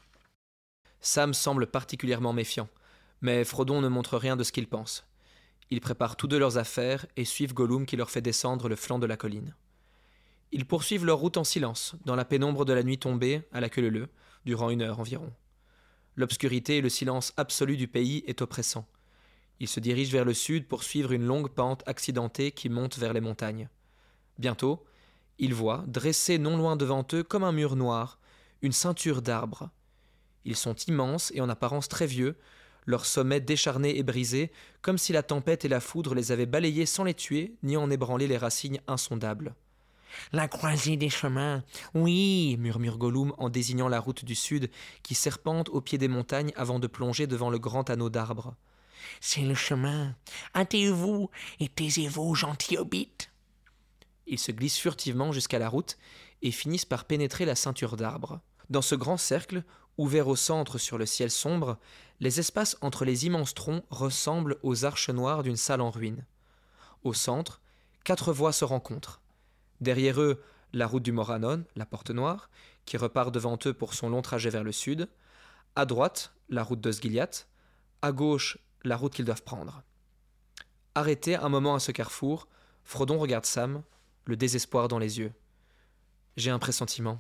Sam semble particulièrement méfiant, mais Frodon ne montre rien de ce qu'il pense. Ils préparent tous deux leurs affaires et suivent Gollum qui leur fait descendre le flanc de la colline. Ils poursuivent leur route en silence, dans la pénombre de la nuit tombée, à la queue leu-leu, durant une heure environ. L'obscurité et le silence absolu du pays est oppressant. Ils se dirigent vers le sud pour suivre une longue pente accidentée qui monte vers les montagnes. Bientôt, ils voient, dressés non loin devant eux comme un mur noir, une ceinture d'arbres. Ils sont immenses et en apparence très vieux, leurs sommets décharnés et brisés, comme si la tempête et la foudre les avaient balayés sans les tuer, ni en ébranler les racines insondables. « La croisée des chemins, oui !» murmure Gollum en désignant la route du sud qui serpente au pied des montagnes avant de plonger devant le grand anneau d'arbres. « C'est le chemin. Hâtez-vous et taisez-vous, gentil hobbit !» Ils se glissent furtivement jusqu'à la route et finissent par pénétrer la ceinture d'arbres. Dans ce grand cercle, ouvert au centre sur le ciel sombre, les espaces entre les immenses troncs ressemblent aux arches noires d'une salle en ruine. Au centre, quatre voies se rencontrent. Derrière eux, la route du Morannon, la porte noire, qui repart devant eux pour son long trajet vers le sud. À droite, la route d'Osgiliath. À gauche, la route qu'ils doivent prendre. Arrêté un moment à ce carrefour, Frodon regarde Sam, le désespoir dans les yeux. « J'ai un pressentiment.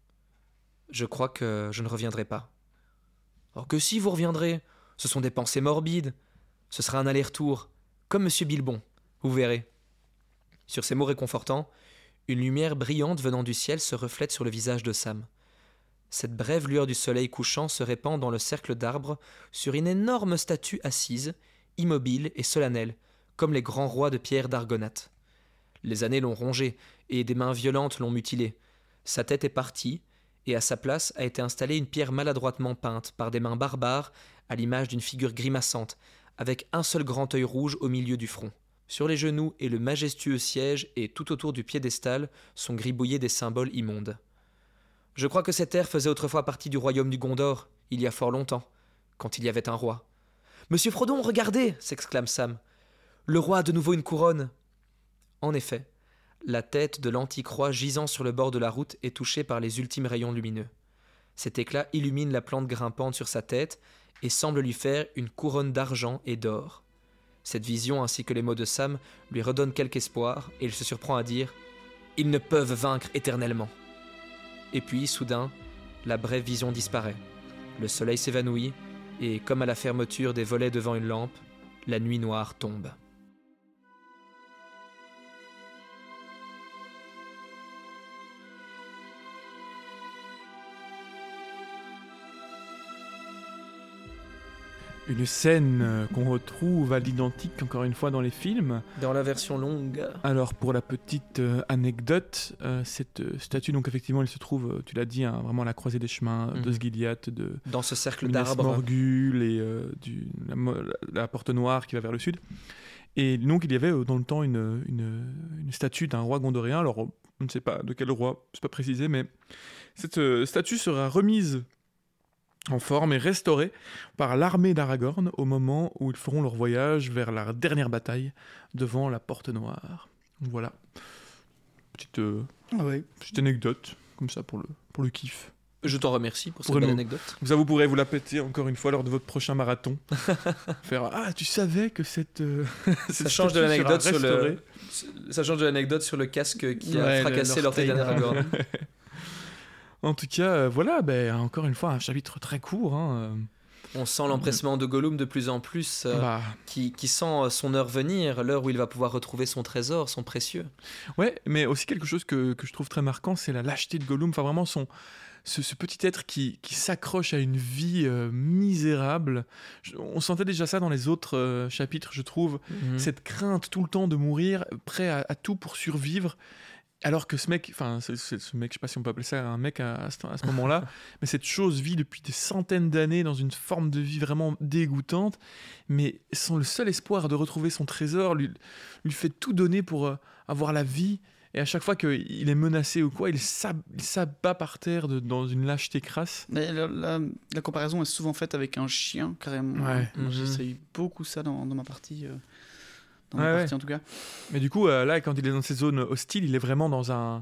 Je crois que je ne reviendrai pas. »« Oh que si vous reviendrez, ce sont des pensées morbides. Ce sera un aller-retour, comme Monsieur Bilbon, vous verrez. » Sur ces mots réconfortants, une lumière brillante venant du ciel se reflète sur le visage de Sam. Cette brève lueur du soleil couchant se répand dans le cercle d'arbres sur une énorme statue assise, immobile et solennelle, comme les grands rois de pierre d'Argonath. Les années l'ont rongé et des mains violentes l'ont mutilé. Sa tête est partie, et à sa place a été installée une pierre maladroitement peinte par des mains barbares à l'image d'une figure grimaçante, avec un seul grand œil rouge au milieu du front. Sur les genoux et le majestueux siège et tout autour du piédestal sont gribouillés des symboles immondes. Je crois que cette terre faisait autrefois partie du royaume du Gondor, il y a fort longtemps, quand il y avait un roi. « Monsieur Frodon, regardez !» s'exclame Sam. « Le roi a de nouveau une couronne !» En effet, la tête de l'antique roi gisant sur le bord de la route est touchée par les ultimes rayons lumineux. Cet éclat illumine la plante grimpante sur sa tête et semble lui faire une couronne d'argent et d'or. Cette vision ainsi que les mots de Sam lui redonnent quelque espoir et il se surprend à dire « Ils ne peuvent vaincre éternellement ». Et puis, soudain, la brève vision disparaît. Le soleil s'évanouit et, comme à la fermeture des volets devant une lampe, la nuit noire tombe. Une scène euh, qu'on retrouve à l'identique, encore une fois, dans les films. Dans la version longue... Alors, pour la petite euh, anecdote, euh, cette euh, statue, donc effectivement, elle se trouve, euh, tu l'as dit, hein, vraiment à la croisée des chemins Mhm. d'Osgiliath, de Dans ce cercle Minas d'arbres. Morgul et euh, du, la, mo- la- la porte noire qui va vers le sud. Et donc, il y avait euh, dans le temps une, une, une statue d'un roi gondorien. Alors, on ne sait pas de quel roi, c'est pas précisé, mais cette euh, statue sera remise en forme et restaurée par l'armée d'Aragorn au moment où ils feront leur voyage vers la dernière bataille devant la Porte Noire. Voilà. Petite, euh, Ah ouais. petite anecdote, comme ça, pour le, pour le kiff. Je t'en remercie pour cette Pour belle nous. anecdote. Comme ça, vous pourrez vous la péter encore une fois lors de votre prochain marathon. Faire « Ah, tu savais que cette... euh, cette Ça change de statue sera l'anecdote sur le... restaurée. Ça change de l'anecdote sur le casque qui a Ouais, fracassé le- l'orteil l'orteil d'Aragorn. En tout cas, euh, voilà, ben, encore une fois, un chapitre très court. Hein, On sent l'empressement de Gollum de plus en plus, euh, euh, bah, qui, qui sent son heure venir, l'heure où il va pouvoir retrouver son trésor, son précieux. ouais, mais aussi quelque chose que, que je trouve très marquant, c'est la lâcheté de Gollum. Enfin, vraiment, son, ce, ce petit être qui, qui s'accroche à une vie euh, misérable. Je- on sentait déjà ça dans les autres euh, chapitres, je trouve. Mhm. Cette crainte tout le temps de mourir, prêt à, à tout pour survivre. Alors que ce mec, enfin, ce, ce- ce mec, je sais pas si on peut appeler ça un mec à, à ce, à ce moment-là, mais cette chose vit depuis des centaines d'années dans une forme de vie vraiment dégoûtante, mais sans le seul espoir de retrouver son trésor, lui, lui fait tout donner pour euh, avoir la vie. Et à chaque fois qu'il est menacé ou quoi, il s'ab- il s'abat par terre de- dans une lâcheté crasse. Mais la, la- la comparaison est souvent faite avec un chien, carrément. Ouais. Moi, J'ai Mhm. j'ai eu beaucoup ça dans, dans ma partie. euh, dans Ouais, ma ouais. partie, en tout cas. Mais du coup, euh, là, quand il est dans ces zones hostiles, il est vraiment dans un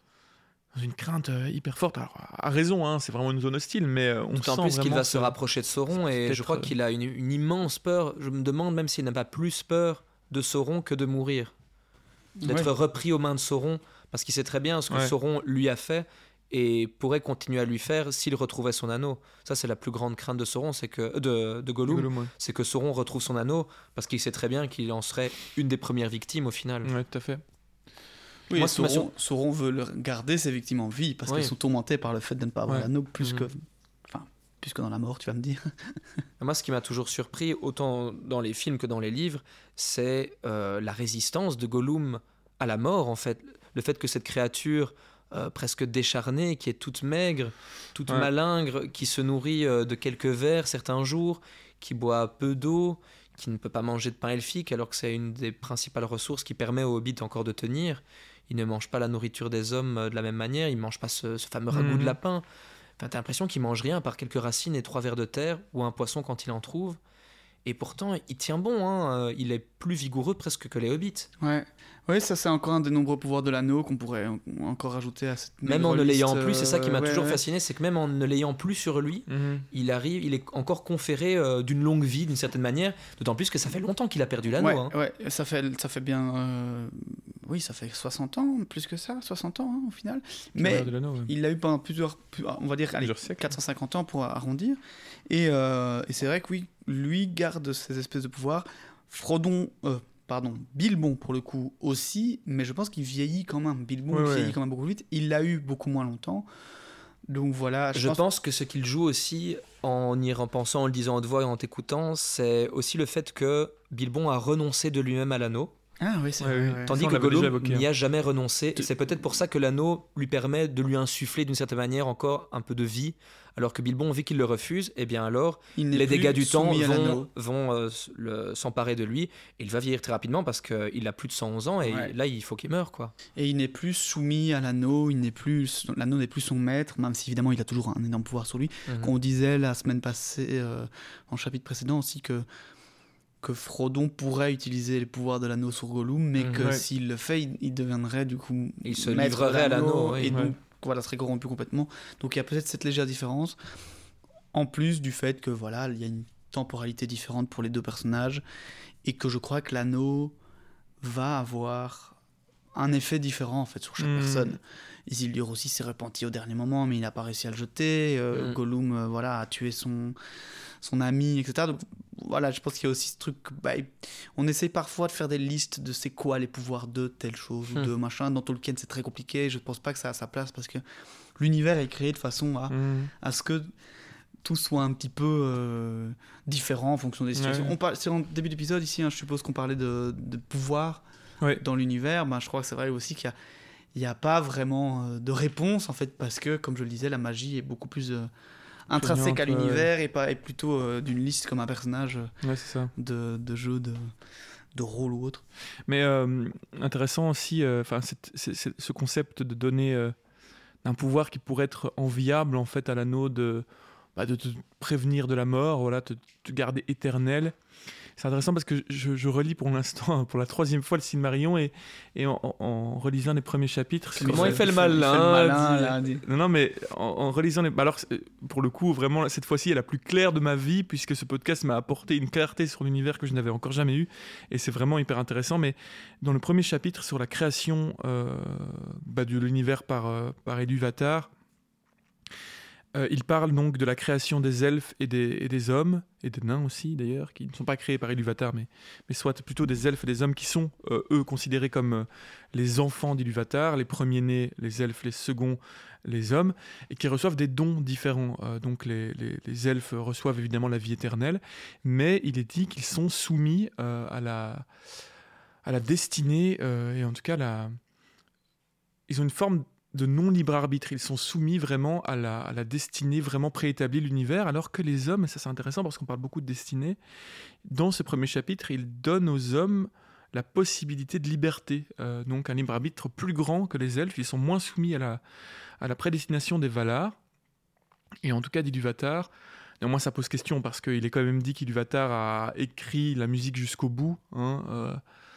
dans une crainte euh, hyper forte. Alors, à raison, hein, c'est vraiment une zone hostile, mais euh, on D'autant sent plus qu'il vraiment va ce- se rapprocher de Sauron et peut-être, je crois euh, qu'il a une, une immense peur. Je me demande même s'il n'a pas plus peur de Sauron que de mourir. D'être Ouais. repris aux mains de Sauron, parce qu'il sait très bien ce que Ouais. Sauron lui a fait et pourrait continuer à lui faire s'il retrouvait son anneau. Ça, c'est la plus grande crainte de Sauron, c'est que euh, de, de Gollum, Gollum, ouais. c'est que Sauron retrouve son anneau, parce qu'il sait très bien qu'il en serait une des premières victimes au final. Ouais, tout à fait. Oui, Moi, et ce qui m'a Sauron, Sauron veut le- garder ses victimes en vie parce Oui. qu'elles sont tourmentées par le fait de ne pas avoir Ouais. l'anneau plus Mhm. que. Enfin, plus que dans la mort, tu vas me dire. Moi, ce qui m'a toujours surpris, autant dans les films que dans les livres, c'est euh, la résistance de Gollum à la mort, en fait. Le fait que cette créature euh, presque décharnée, qui est toute maigre, toute Ouais. malingre, qui se nourrit euh, de quelques vers certains jours, qui boit peu d'eau, qui ne peut pas manger de pain elfique, alors que c'est une des principales ressources qui permet aux hobbits encore de tenir. Il ne mange pas la nourriture des hommes euh, de la même manière, il ne mange pas ce, ce fameux ragoût Mhm. de lapin. Enfin, t'as l'impression qu'il mange rien par quelques racines et trois vers de terre, ou un poisson quand il en trouve. Et pourtant, il tient bon, hein. euh, il est plus vigoureux presque que les hobbits. Ouais. Ouais, ça c'est encore un des nombreux pouvoirs de l'anneau qu'on pourrait en- encore ajouter à cette Même en ne maigre l'ayant liste, plus, c'est ça qui m'a euh, ouais, toujours ouais. fasciné, c'est que même en ne l'ayant plus sur lui, Mhm. il arrive, il est encore conféré euh, d'une longue vie d'une certaine manière, d'autant plus que ça fait longtemps qu'il a perdu l'anneau. Ouais, hein. ouais, ça fait, ça fait bien. euh, Oui, ça fait soixante ans, plus que ça, soixante ans hein, au final. Mais Valeur de l'anneau, ouais. il l'a eu pendant plusieurs, plus- on va dire, allez, Plusieurs siècles. quatre cent cinquante ans pour arrondir. Et, euh, et c'est vrai que oui, lui garde ces espèces de pouvoirs. Frodon, euh, pardon, Bilbon pour le coup aussi, mais je pense qu'il vieillit quand même. Bilbon Ouais, ouais. vieillit quand même beaucoup vite. Il l'a eu beaucoup moins longtemps. Donc voilà, je, Je pense. pense que ce qu'il joue aussi, en y repensant, en le disant à haute voix et en t'écoutant, c'est aussi le fait que Bilbon a renoncé de lui-même à l'anneau. Ah oui, c'est Ouais, vrai. oui. ouais. Tandis Ça, on que l'avait déjà Gollum évoqué, n'y hein. a jamais renoncé. Et c'est peut-être pour ça que l'anneau lui permet de lui insuffler d'une certaine manière encore un peu de vie. Alors que Bilbon, vu qu'il le refuse, eh bien alors, Il n'est les plus dégâts du temps soumis à vont, l'anneau. vont euh, s- le- s'emparer de lui. Et il va vieillir très rapidement parce qu'il a plus de cent onze ans et Ouais. là, il faut qu'il meure, quoi. Et il n'est plus soumis à l'anneau, il n'est plus, l'anneau n'est plus son maître, même si évidemment il a toujours un énorme pouvoir sur lui. Mhm. Qu'on disait la semaine passée, euh, dans le chapitre précédent aussi, que, que Frodon pourrait utiliser les pouvoirs de l'anneau sur Gollum, mais Mhm. que Ouais. s'il le fait, il, il deviendrait du coup Il se maître livrerait à de l'anneau, oui. et Ouais. donc voilà, serait corrompu complètement. Donc il y a peut-être cette légère différence. En plus du fait que voilà, il y a une temporalité différente pour les deux personnages et que je crois que l'anneau va avoir un effet différent en fait sur chaque Mmh. personne. Isildur aussi s'est repenti au dernier moment, mais il n'a pas réussi à le jeter. Euh, Mmh. Gollum, euh, voilà, a tué son son ami, et cetera. Donc voilà, je pense qu'il y a aussi ce truc. Bah, on essaye parfois de faire des listes de c'est quoi les pouvoirs de telle chose ou Mmh. de machin. Dans Tolkien, c'est très compliqué. Je ne pense pas que ça a sa place parce que l'univers est créé de façon à, Mmh. à ce que tout soit un petit peu euh, différent en fonction des situations. Ouais. On parle, c'est en début d'épisode ici, hein, je suppose qu'on parlait de, de pouvoir Ouais. dans l'univers. Ben, je crois que c'est vrai aussi qu'il y a, il y a pas vraiment euh, de réponse en fait parce que, comme je le disais, la magie est beaucoup plus euh, intrinsèque à Prégnante, ouais. l'univers et pas et plutôt euh, d'une liste comme un personnage euh, Ouais, c'est ça. de, de jeu de de rôle ou autre. Mais euh, intéressant aussi, euh, enfin, c'est, c'est- c'est ce concept de donner euh, un pouvoir qui pourrait être enviable en fait à l'anneau de, bah, de te prévenir de la mort, voilà, te, te garder éternel. C'est intéressant parce que je, je relis pour l'instant, pour la troisième fois, le Silmarillion et, et en, en- en relisant les premiers chapitres. sur- Comment il fait le Il malin, fait le malin, dis- là, dis- Non, non, mais en, en relisant les. Bah alors, c'est- pour le coup, vraiment, cette fois-ci est la plus claire de ma vie, puisque ce podcast m'a apporté une clarté sur l'univers que je n'avais encore jamais eu. Et c'est vraiment hyper intéressant. Mais dans le premier chapitre sur la création euh, bah, de l'univers par, euh, par Iluvatar, euh, il parle donc de la création des elfes et des, et des hommes, et des nains aussi d'ailleurs, qui ne sont pas créés par Iluvatar, mais, mais soit plutôt des elfes et des hommes qui sont, euh, eux, considérés comme euh, les enfants d'Iluvatar, les premiers-nés, les elfes, les seconds, les hommes, et qui reçoivent des dons différents. Euh, donc les, les- les elfes reçoivent évidemment la vie éternelle, mais il est dit qu'ils sont soumis euh, à, la, à la destinée, euh, et en tout cas, la... ils ont une forme de non-libre arbitre. Ils sont soumis vraiment à la, à la destinée vraiment préétablie de l'univers, alors que les hommes, et ça c'est intéressant parce qu'on parle beaucoup de destinée, dans ce premier chapitre, il donne aux hommes la possibilité de liberté, euh, donc un libre arbitre plus grand que les elfes. Ils sont moins soumis à la, à la prédestination des Valar, et en tout cas d'Iluvatar. Néanmoins, ça pose question parce qu'il est quand même dit qu'Iluvatar a écrit la musique jusqu'au bout, hein, euh,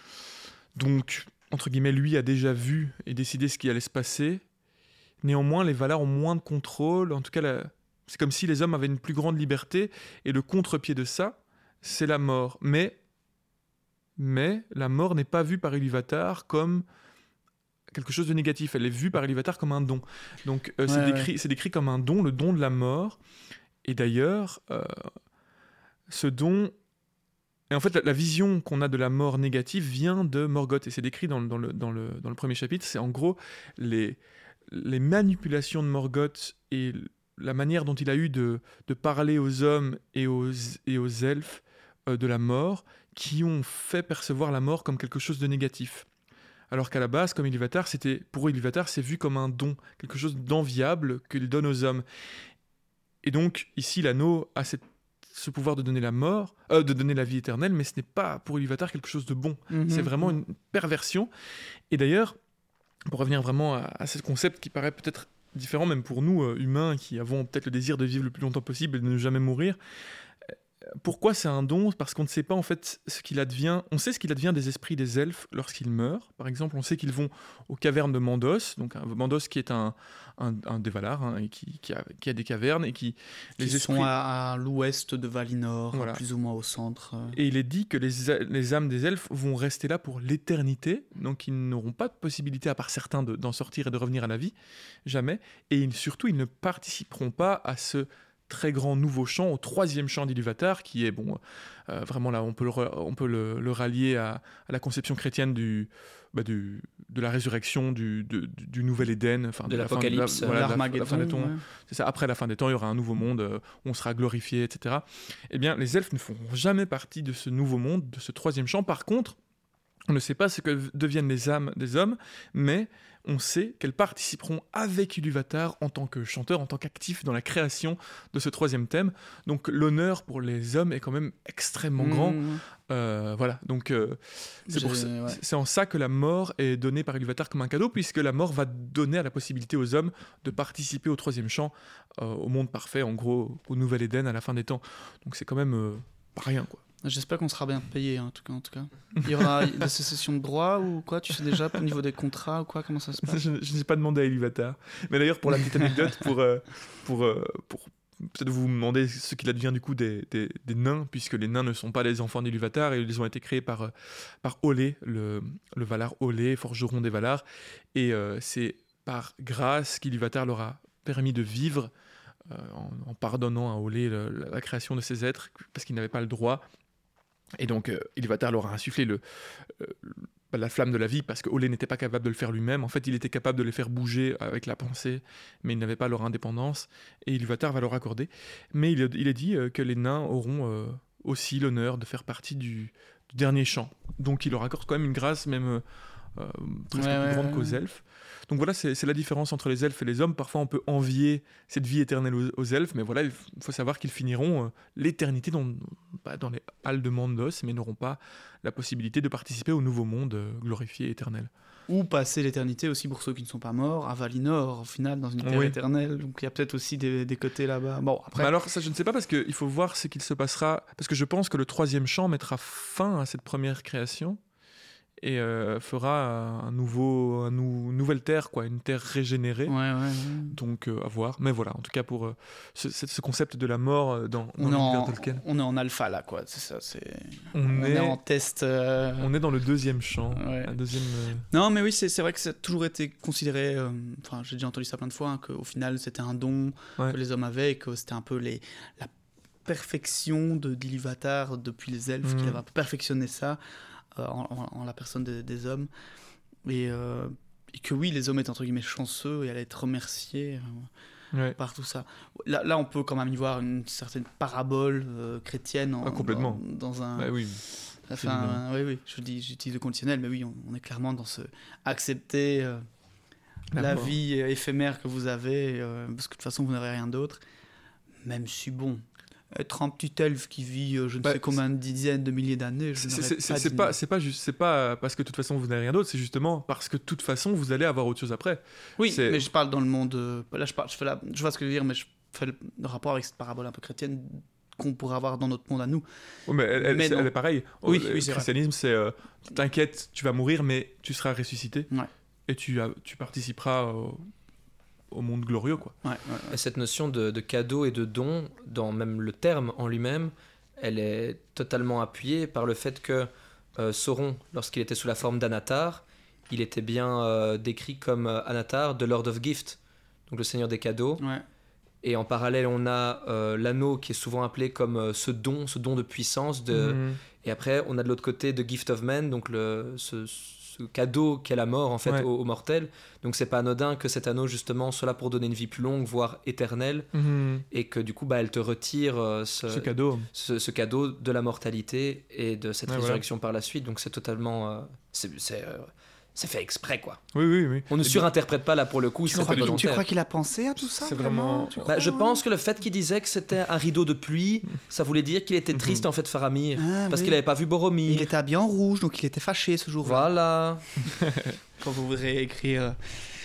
donc entre guillemets, lui a déjà vu et décidé ce qui allait se passer. Néanmoins, les Valar ont moins de contrôle. En tout cas, la... c'est comme si les hommes avaient une plus grande liberté. Et le contre-pied de ça, c'est la mort. Mais, mais la mort n'est pas vue par Iluvatar comme quelque chose de négatif. Elle est vue par Iluvatar comme un don. Donc, euh, c'est, Ouais, décrit, c'est décrit comme un don, le don de la mort. Et d'ailleurs, euh, ce don... Et en fait, la, la vision qu'on a de la mort négative vient de Morgoth, et c'est décrit dans, le- dans, le, dans, le, dans le premier chapitre. C'est en gros les, les manipulations de Morgoth et l- la manière dont il a eu de, de parler aux hommes et aux, et aux elfes euh, de la mort qui ont fait percevoir la mort comme quelque chose de négatif. Alors qu'à la base, comme Iluvatar, c'était, pour Iluvatar, c'est vu comme un don, quelque chose d'enviable qu'il donne aux hommes. Et donc, ici, l'anneau a cette ce pouvoir de donner la mort, euh, de donner la vie éternelle, mais ce n'est pas pour Iluvatar quelque chose de bon. Mhm. C'est vraiment une perversion. Et d'ailleurs, pour revenir vraiment à, à ce concept qui paraît peut-être différent, même pour nous, euh, humains, qui avons peut-être le désir de vivre le plus longtemps possible et de ne jamais mourir, euh, pourquoi c'est un don ? Parce qu'on ne sait pas en fait ce qu'il advient. On sait ce qu'il advient des esprits des elfes lorsqu'ils meurent. Par exemple, on sait qu'ils vont aux cavernes de Mandos, donc un, Mandos qui est un, un, un des Valar, hein, et qui, qui, a, qui a des cavernes et qui... Qui les sont esprits- à, à l'ouest de Valinor, Voilà. plus ou moins au centre. euh. Et il est dit que les, a- les âmes des elfes vont rester là pour l'éternité, donc ils n'auront pas de possibilité, à part certains, de- d'en sortir et de revenir à la vie, jamais. Et ils- surtout, ils ne participeront pas à ce très grand nouveau chant, au troisième chant d'Iluvatar, qui est, bon, euh, vraiment là, on peut le, re- on peut le, le rallier à, à la conception chrétienne du, bah, du, de la résurrection, du, de- du, du nouvel Éden, enfin, De la fin- l'Apocalypse. la- voilà, de la- la fin des L'Armageddon, temps. ouais. C'est ça, après la fin des temps, il y aura un nouveau monde, euh, on sera glorifié, et cetera. Eh bien, les elfes ne feront jamais partie de ce nouveau monde, de ce troisième champ. Par contre, on ne sait pas ce que deviennent les âmes des hommes, mais on sait qu'elles participeront avec Iluvatar en tant que chanteur, en tant qu'actif dans la création de ce troisième thème. Donc l'honneur pour les hommes est quand même extrêmement grand. Mhm. Euh, voilà, donc euh, c'est, pour J'ai- ça- ouais. c'est en ça que la mort est donnée par Iluvatar comme un cadeau, puisque la mort va donner la possibilité aux hommes de participer au troisième chant, euh, au monde parfait, en gros, au nouvel Éden à la fin des temps. Donc c'est quand même euh, pas rien, quoi. J'espère qu'on sera bien payé, hein, en tout cas. En tout cas. Il y aura des sécessions de droits ou quoi? Tu sais déjà au niveau des contrats ou quoi? Comment ça se passe? je je n'ai pas demandé à Iluvatar. Mais d'ailleurs, pour la petite anecdote, pour, euh, pour, euh, pour peut-être vous vous demandez ce qu'il advient du coup des, des, des nains, puisque les nains ne sont pas les enfants d'Ilúvatar, et ils ont été créés par, par Olé, le, le Valar Olé, forgeron des Valar, et euh, c'est par grâce qu'Ilúvatar leur a permis de vivre euh, en, en pardonnant à Olé le, la création de ces êtres, parce qu'ils n'avaient pas le droit. Et donc euh, Ilúvatar leur a insufflé le, euh, la flamme de la vie, parce que Olé n'était pas capable de le faire lui-même. En fait, il était capable de les faire bouger avec la pensée, mais il n'avait pas leur indépendance, et Ilúvatar va leur accorder. Mais il, il est dit euh, que les nains auront euh, aussi l'honneur de faire partie du, du dernier chant. Donc il leur accorde quand même une grâce, même euh, euh, presque Ouais, plus ouais, grande ouais. qu'aux elfes. Donc voilà, c'est, c'est la différence entre les elfes et les hommes. Parfois, on peut envier cette vie éternelle aux, aux elfes, mais voilà, il faut savoir qu'ils finiront euh, l'éternité dans, pas dans les halles de Mandos, mais n'auront pas la possibilité de participer au nouveau monde euh, glorifié et éternel. Ou passer l'éternité aussi pour ceux qui ne sont pas morts, à Valinor, au final, dans une terre Oui. éternelle. Donc il y a peut-être aussi des, des côtés là-bas. Bon, après, Mais alors, ça, je ne sais pas, parce qu'il faut voir ce qu'il se passera, parce que je pense que le troisième chant mettra fin à cette première création, et euh, fera un nouveau, un nou- nouvelle terre, quoi, une terre régénérée. ouais, ouais, ouais. Donc euh, à voir. Mais voilà, en tout cas pour euh, ce, ce- ce concept de la mort euh, dans, dans On, est l'univers en, Tolkien. on est en alpha là, quoi. C'est ça. C'est... On, On est, est en test. euh, on est dans le deuxième champ. Ouais. La deuxième, euh, Non, mais oui, c'est, c'est vrai que ça a toujours été considéré. euh, Enfin, j'ai déjà entendu ça plein de fois, hein, qu'au final, c'était un don Ouais. que les hommes avaient, et que c'était un peu les, la perfection de d'Ilúvatar depuis les elfes, Mhm. qu'il avait un peu perfectionné ça euh, en, en- en la personne des, des hommes. Et, euh, et que oui, les hommes étaient entre guillemets chanceux et allaient être remerciés euh, ouais. par tout ça. Là, là, on peut quand même y voir une certaine parabole euh, chrétienne en- Ah, complètement. Dans, dans un. Bah oui. Enfin, évidemment. oui, oui, je dis, j'utilise le conditionnel, mais oui, on, on est clairement dans ce accepter euh, La la, mort. vie éphémère que vous avez, euh, parce que de toute façon, vous n'aurez rien d'autre. Même si, bon, être un petit elfe qui vit, euh, je ne Bah, sais combien de dizaines de milliers d'années, je C'est, n'aurais c'est, pas c'est, c'est dit pas, non. c'est pas juste, c'est pas parce que de toute façon vous n'avez rien d'autre, c'est justement parce que de toute façon vous allez avoir autre chose après. Oui, c'est- mais je parle dans le monde. euh, Là, je, parle, je, fais la, je vois ce que je veux dire, mais je fais le, le rapport avec cette parabole un peu chrétienne qu'on pourrait avoir dans notre monde à nous. Ouais, mais elle, elle- Mais c'est- non. elle est pareille. Oui, le oui, c'est vrai. christianisme, c'est euh, t'inquiète, tu vas mourir, mais tu seras ressuscité Ouais. et tu, as- tu participeras au, au monde glorieux, quoi. Ouais, ouais, ouais. Et cette notion de, de cadeau et de don, dans même le terme en lui-même, elle est totalement appuyée par le fait que euh, Sauron, lorsqu'il était sous la forme d'Anatar, il était bien euh, décrit comme euh, Anatar, the Lord of Gift, donc le Seigneur des cadeaux. Ouais. Et en parallèle, on a euh, l'anneau qui est souvent appelé comme euh, ce don, ce don de puissance. De... Mhm. Et après, on a de l'autre côté The Gift of Man, donc le, ce, ce cadeau qu'est la mort en fait Ouais. aux, aux mortels. Donc c'est pas anodin que cet anneau justement soit là pour donner une vie plus longue, voire éternelle, Mhm. et que du coup, bah, elle te retire euh, ce, Ce cadeau. ce, ce cadeau de la mortalité et de cette Ouais, résurrection par la suite. Donc c'est totalement, euh, c'est, c'est, euh, c'est fait exprès quoi. Oui, oui, oui. On ne Et surinterprète pas là pour le coup. Tu c'est crois, pas tu volontaire. crois qu'il a pensé à tout ça C'est vraiment- Tu Bah, crois, je ouais pense que le fait qu'il disait que c'était un rideau de pluie, ça voulait dire qu'il était triste en fait, Faramir, Ah, parce oui. qu'il n'avait pas vu Boromir. Il était habillé en rouge, donc il était fâché ce jour-là. Voilà. Quand vous voudrez écrire euh,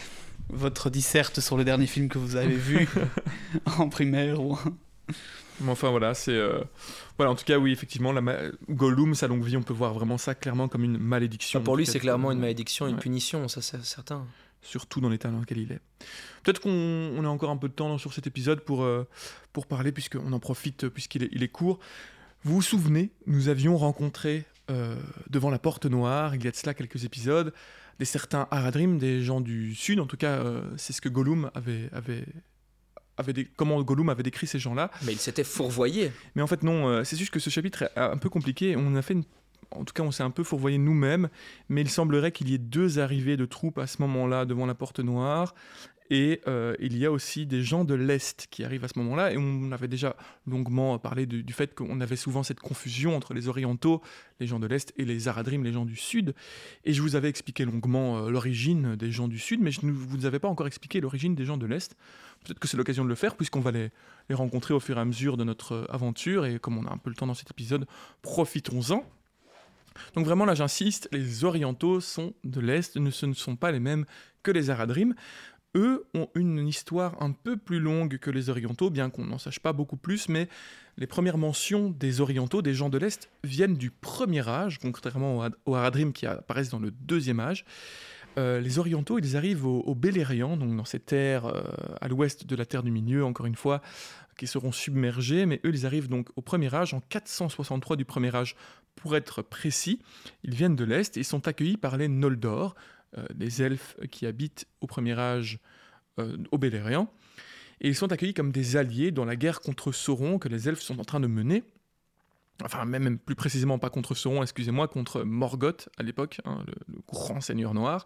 votre disserte sur le dernier film que vous avez vu en primaire ou... Mais enfin voilà, c'est euh, voilà, en tout cas oui, effectivement, la ma- Gollum, sa longue vie, on peut voir vraiment ça clairement comme une malédiction. Enfin, pour En lui, tout cas, c'est clairement une malédiction, une Ouais. punition, ça c'est certain. Surtout dans l'état dans lequel il est. Peut-être qu'on on a encore un peu de temps sur cet épisode pour, euh, pour parler, puisqu'on en profite, euh, puisqu'il est, il est court. Vous vous souvenez, nous avions rencontré euh, devant la Porte Noire, il y a de cela quelques épisodes, des certains Haradrim, des gens du Sud, en tout cas, euh, c'est ce que Gollum avait... avait avait des, comment Gollum avait décrit ces gens-là. Mais il s'était fourvoyé. Mais en fait, non, euh, c'est juste que ce chapitre est un peu compliqué. On a fait une... En tout cas, on s'est un peu fourvoyé nous-mêmes, mais il semblerait qu'il y ait deux arrivées de troupes à ce moment-là devant la Porte Noire. Et euh, il y a aussi des gens de l'Est qui arrivent à ce moment-là. Et on avait déjà longuement parlé du, du fait qu'on avait souvent cette confusion entre les Orientaux, les gens de l'Est, et les Haradrim, les gens du Sud. Et je vous avais expliqué longuement euh, l'origine des gens du Sud, mais je ne vous avais pas encore expliqué l'origine des gens de l'Est. Peut-être que c'est l'occasion de le faire, puisqu'on va les, les rencontrer au fur et à mesure de notre aventure. Et comme on a un peu le temps dans cet épisode, profitons-en. Donc vraiment, là, j'insiste, les Orientaux sont de l'Est, ne, ce ne sont pas les mêmes que les Haradrim. Eux ont une histoire un peu plus longue que les Orientaux, bien qu'on n'en sache pas beaucoup plus, mais les premières mentions des Orientaux, des gens de l'Est, viennent du premier âge, contrairement aux Had- aux Haradrim qui apparaissent dans le deuxième âge. Euh, les Orientaux, ils arrivent au, au Beleriand, donc dans ces terres euh, à l'ouest de la Terre du Milieu, encore une fois, qui seront submergés, mais eux, ils arrivent donc au premier âge, en quatre cent soixante-trois du premier âge, pour être précis. Ils viennent de l'Est et sont accueillis par les Noldor, euh, des elfes qui habitent au premier âge euh, au Beleriand. Et ils sont accueillis comme des alliés dans la guerre contre Sauron que les elfes sont en train de mener. Enfin, même, même plus précisément, pas contre Sauron, excusez-moi, contre Morgoth à l'époque, hein, le, le grand seigneur noir.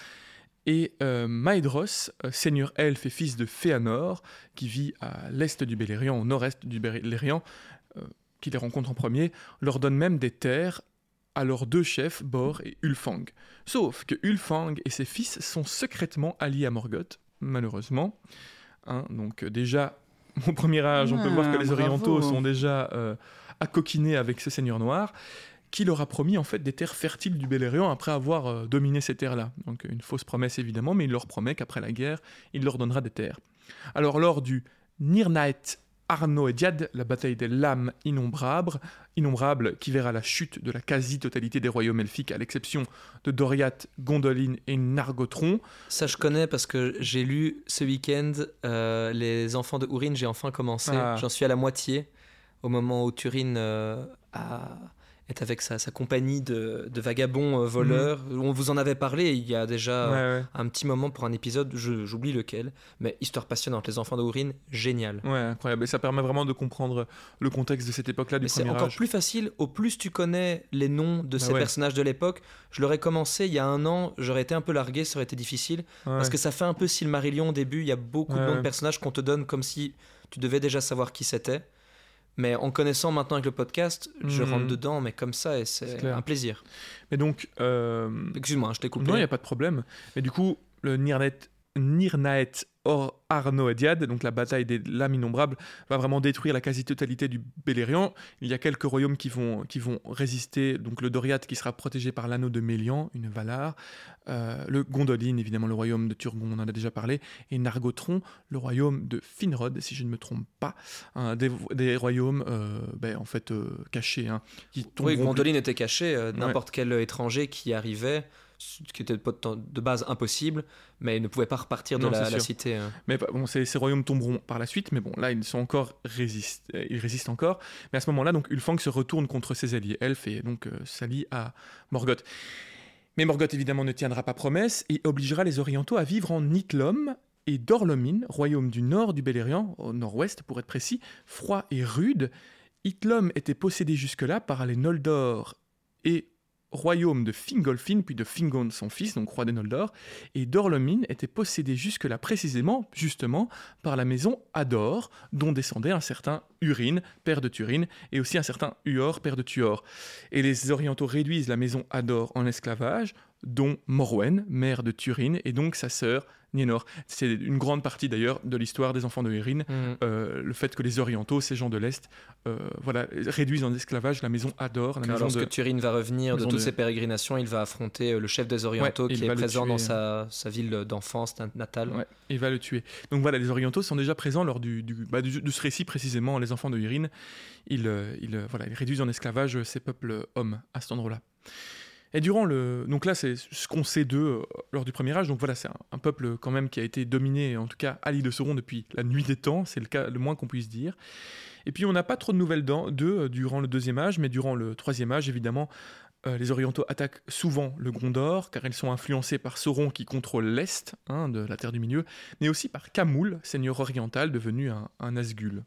Et euh, Maedhros, euh, seigneur elfe et fils de Féanor, qui vit à l'est du Beleriand, au nord-est du Beleriand, euh, qui les rencontre en premier, leur donne même des terres à leurs deux chefs, Bor et Ulfang. Sauf que Ulfang et ses fils sont secrètement alliés à Morgoth, malheureusement. Hein, donc euh, déjà, au premier âge, on peut Ah, voir que les bravo. Orientaux sont déjà euh, accoquinés avec ce seigneur noir, qui leur a promis en fait des terres fertiles du Beleriand après avoir euh, dominé ces terres-là. Donc une fausse promesse évidemment, mais il leur promet qu'après la guerre, il leur donnera des terres. Alors lors du Nirnaeth Arnoediad, la bataille des lames innombrables, innombrables qui verra la chute de la quasi-totalité des royaumes elfiques, à l'exception de Doriath, Gondolin et Nargothrond. Ça, je connais parce que j'ai lu ce week-end euh, Les Enfants de Húrin, j'ai enfin commencé. Ah. J'en suis à la moitié, au moment où Turin euh, a... est avec sa, sa compagnie de, de vagabonds euh, voleurs. On vous en avait parlé il y a déjà Ouais, ouais. un petit moment pour un épisode, je- j'oublie lequel, mais histoire passionnante, Les Enfants de Húrin, génial. Ouais, incroyable. Et ça permet vraiment de comprendre le contexte de cette époque-là du Mais c'est premier encore âge. plus facile, au plus tu connais les noms de Bah ces ouais. personnages de l'époque. Je l'aurais commencé il y a un an, j'aurais été un peu largué, ça aurait été difficile, Ouais. parce que ça fait un peu Silmarillion au début, il y a beaucoup Ouais, de noms ouais. de personnages qu'on te donne comme si tu devais déjà savoir qui c'était. Mais en connaissant maintenant avec le podcast, je Mhm. rentre dedans, mais comme ça, et C'est c'est clair. un plaisir. Mais donc, euh, Excuse-moi, je t'ai coupé. non, il n'y a pas de problème. Mais du coup, le Nirnaeth, Nirnaeth Or Arnoediad, donc la bataille des lames innombrables, va vraiment détruire la quasi-totalité du Beleriand. Il y a quelques royaumes qui vont, qui vont résister, donc le Doriath qui sera protégé par l'anneau de Mélian, une Valar, euh, le Gondolin, évidemment le royaume de Turgon, on en a déjà parlé, et Nargothrond, le royaume de Finrod, si je ne me trompe pas, hein, des, des royaumes euh, ben, en fait euh, cachés, hein, qui Oui, tomberont Gondolin était caché, euh, n'importe quel étranger qui arrivait, ce qui était pas de de base impossible, mais il ne pouvait pas repartir de Non, la, c'est la sûr. cité. hein. Mais bah, bon, ces, ces royaumes tomberont par la suite, mais bon, là, ils sont encore résistent, euh, ils résistent encore. Mais à ce moment-là, donc, Ulfang se retourne contre ses alliés elfes et donc euh, s'allie à Morgoth. Mais Morgoth, évidemment, ne tiendra pas promesse et obligera les Orientaux à vivre en Nithloam et Dorlomin, royaume du nord du Beleriand, au nord-ouest pour être précis, froid et rude. Nithloam était possédé jusque-là par les Noldor et royaume de Fingolfin, puis de Fingon son fils, donc roi des Noldor, et Dorlomin était possédé jusque-là précisément, justement, par la maison Ador, dont descendait un certain Húrin, père de Turin, et aussi un certain Huor, père de Tuor. Et les Orientaux réduisent la maison Ador en esclavage, dont Morwen, mère de Turin, et donc sa sœur Nienor. C'est une grande partie d'ailleurs de l'histoire des enfants de Húrin, Mhm. euh, le fait que les Orientaux, ces gens de l'Est, euh, voilà, réduisent en esclavage la maison Ador, la Car maison lorsque de... Turin va revenir de maison toutes de- ses pérégrinations, il va affronter euh, le chef des Orientaux Ouais, il qui va est le présent tuer. dans sa, sa ville d'enfance nat- natale. Ouais, il va le tuer. Donc voilà, les Orientaux sont déjà présents lors du, du- bah, du- de ce récit précisément, les enfants de Húrin. Ils, euh, ils, euh, voilà, ils réduisent en esclavage euh, ces peuples euh, hommes à cet endroit-là. Et durant le... Donc là, c'est ce qu'on sait d'eux euh, lors du Premier Âge. Donc voilà, c'est un, un peuple quand même qui a été dominé, en tout cas à l'île de Sauron depuis la nuit des temps. C'est le, cas, le moins qu'on puisse dire. Et puis on n'a pas trop de nouvelles d'en- d'eux euh, durant le Deuxième Âge, mais durant le Troisième Âge, évidemment, euh, les Orientaux attaquent souvent le Gondor, car ils sont influencés par Sauron qui contrôle l'Est hein, de la Terre du Milieu, mais aussi par Khamûl, seigneur oriental devenu un, un Nazgûl.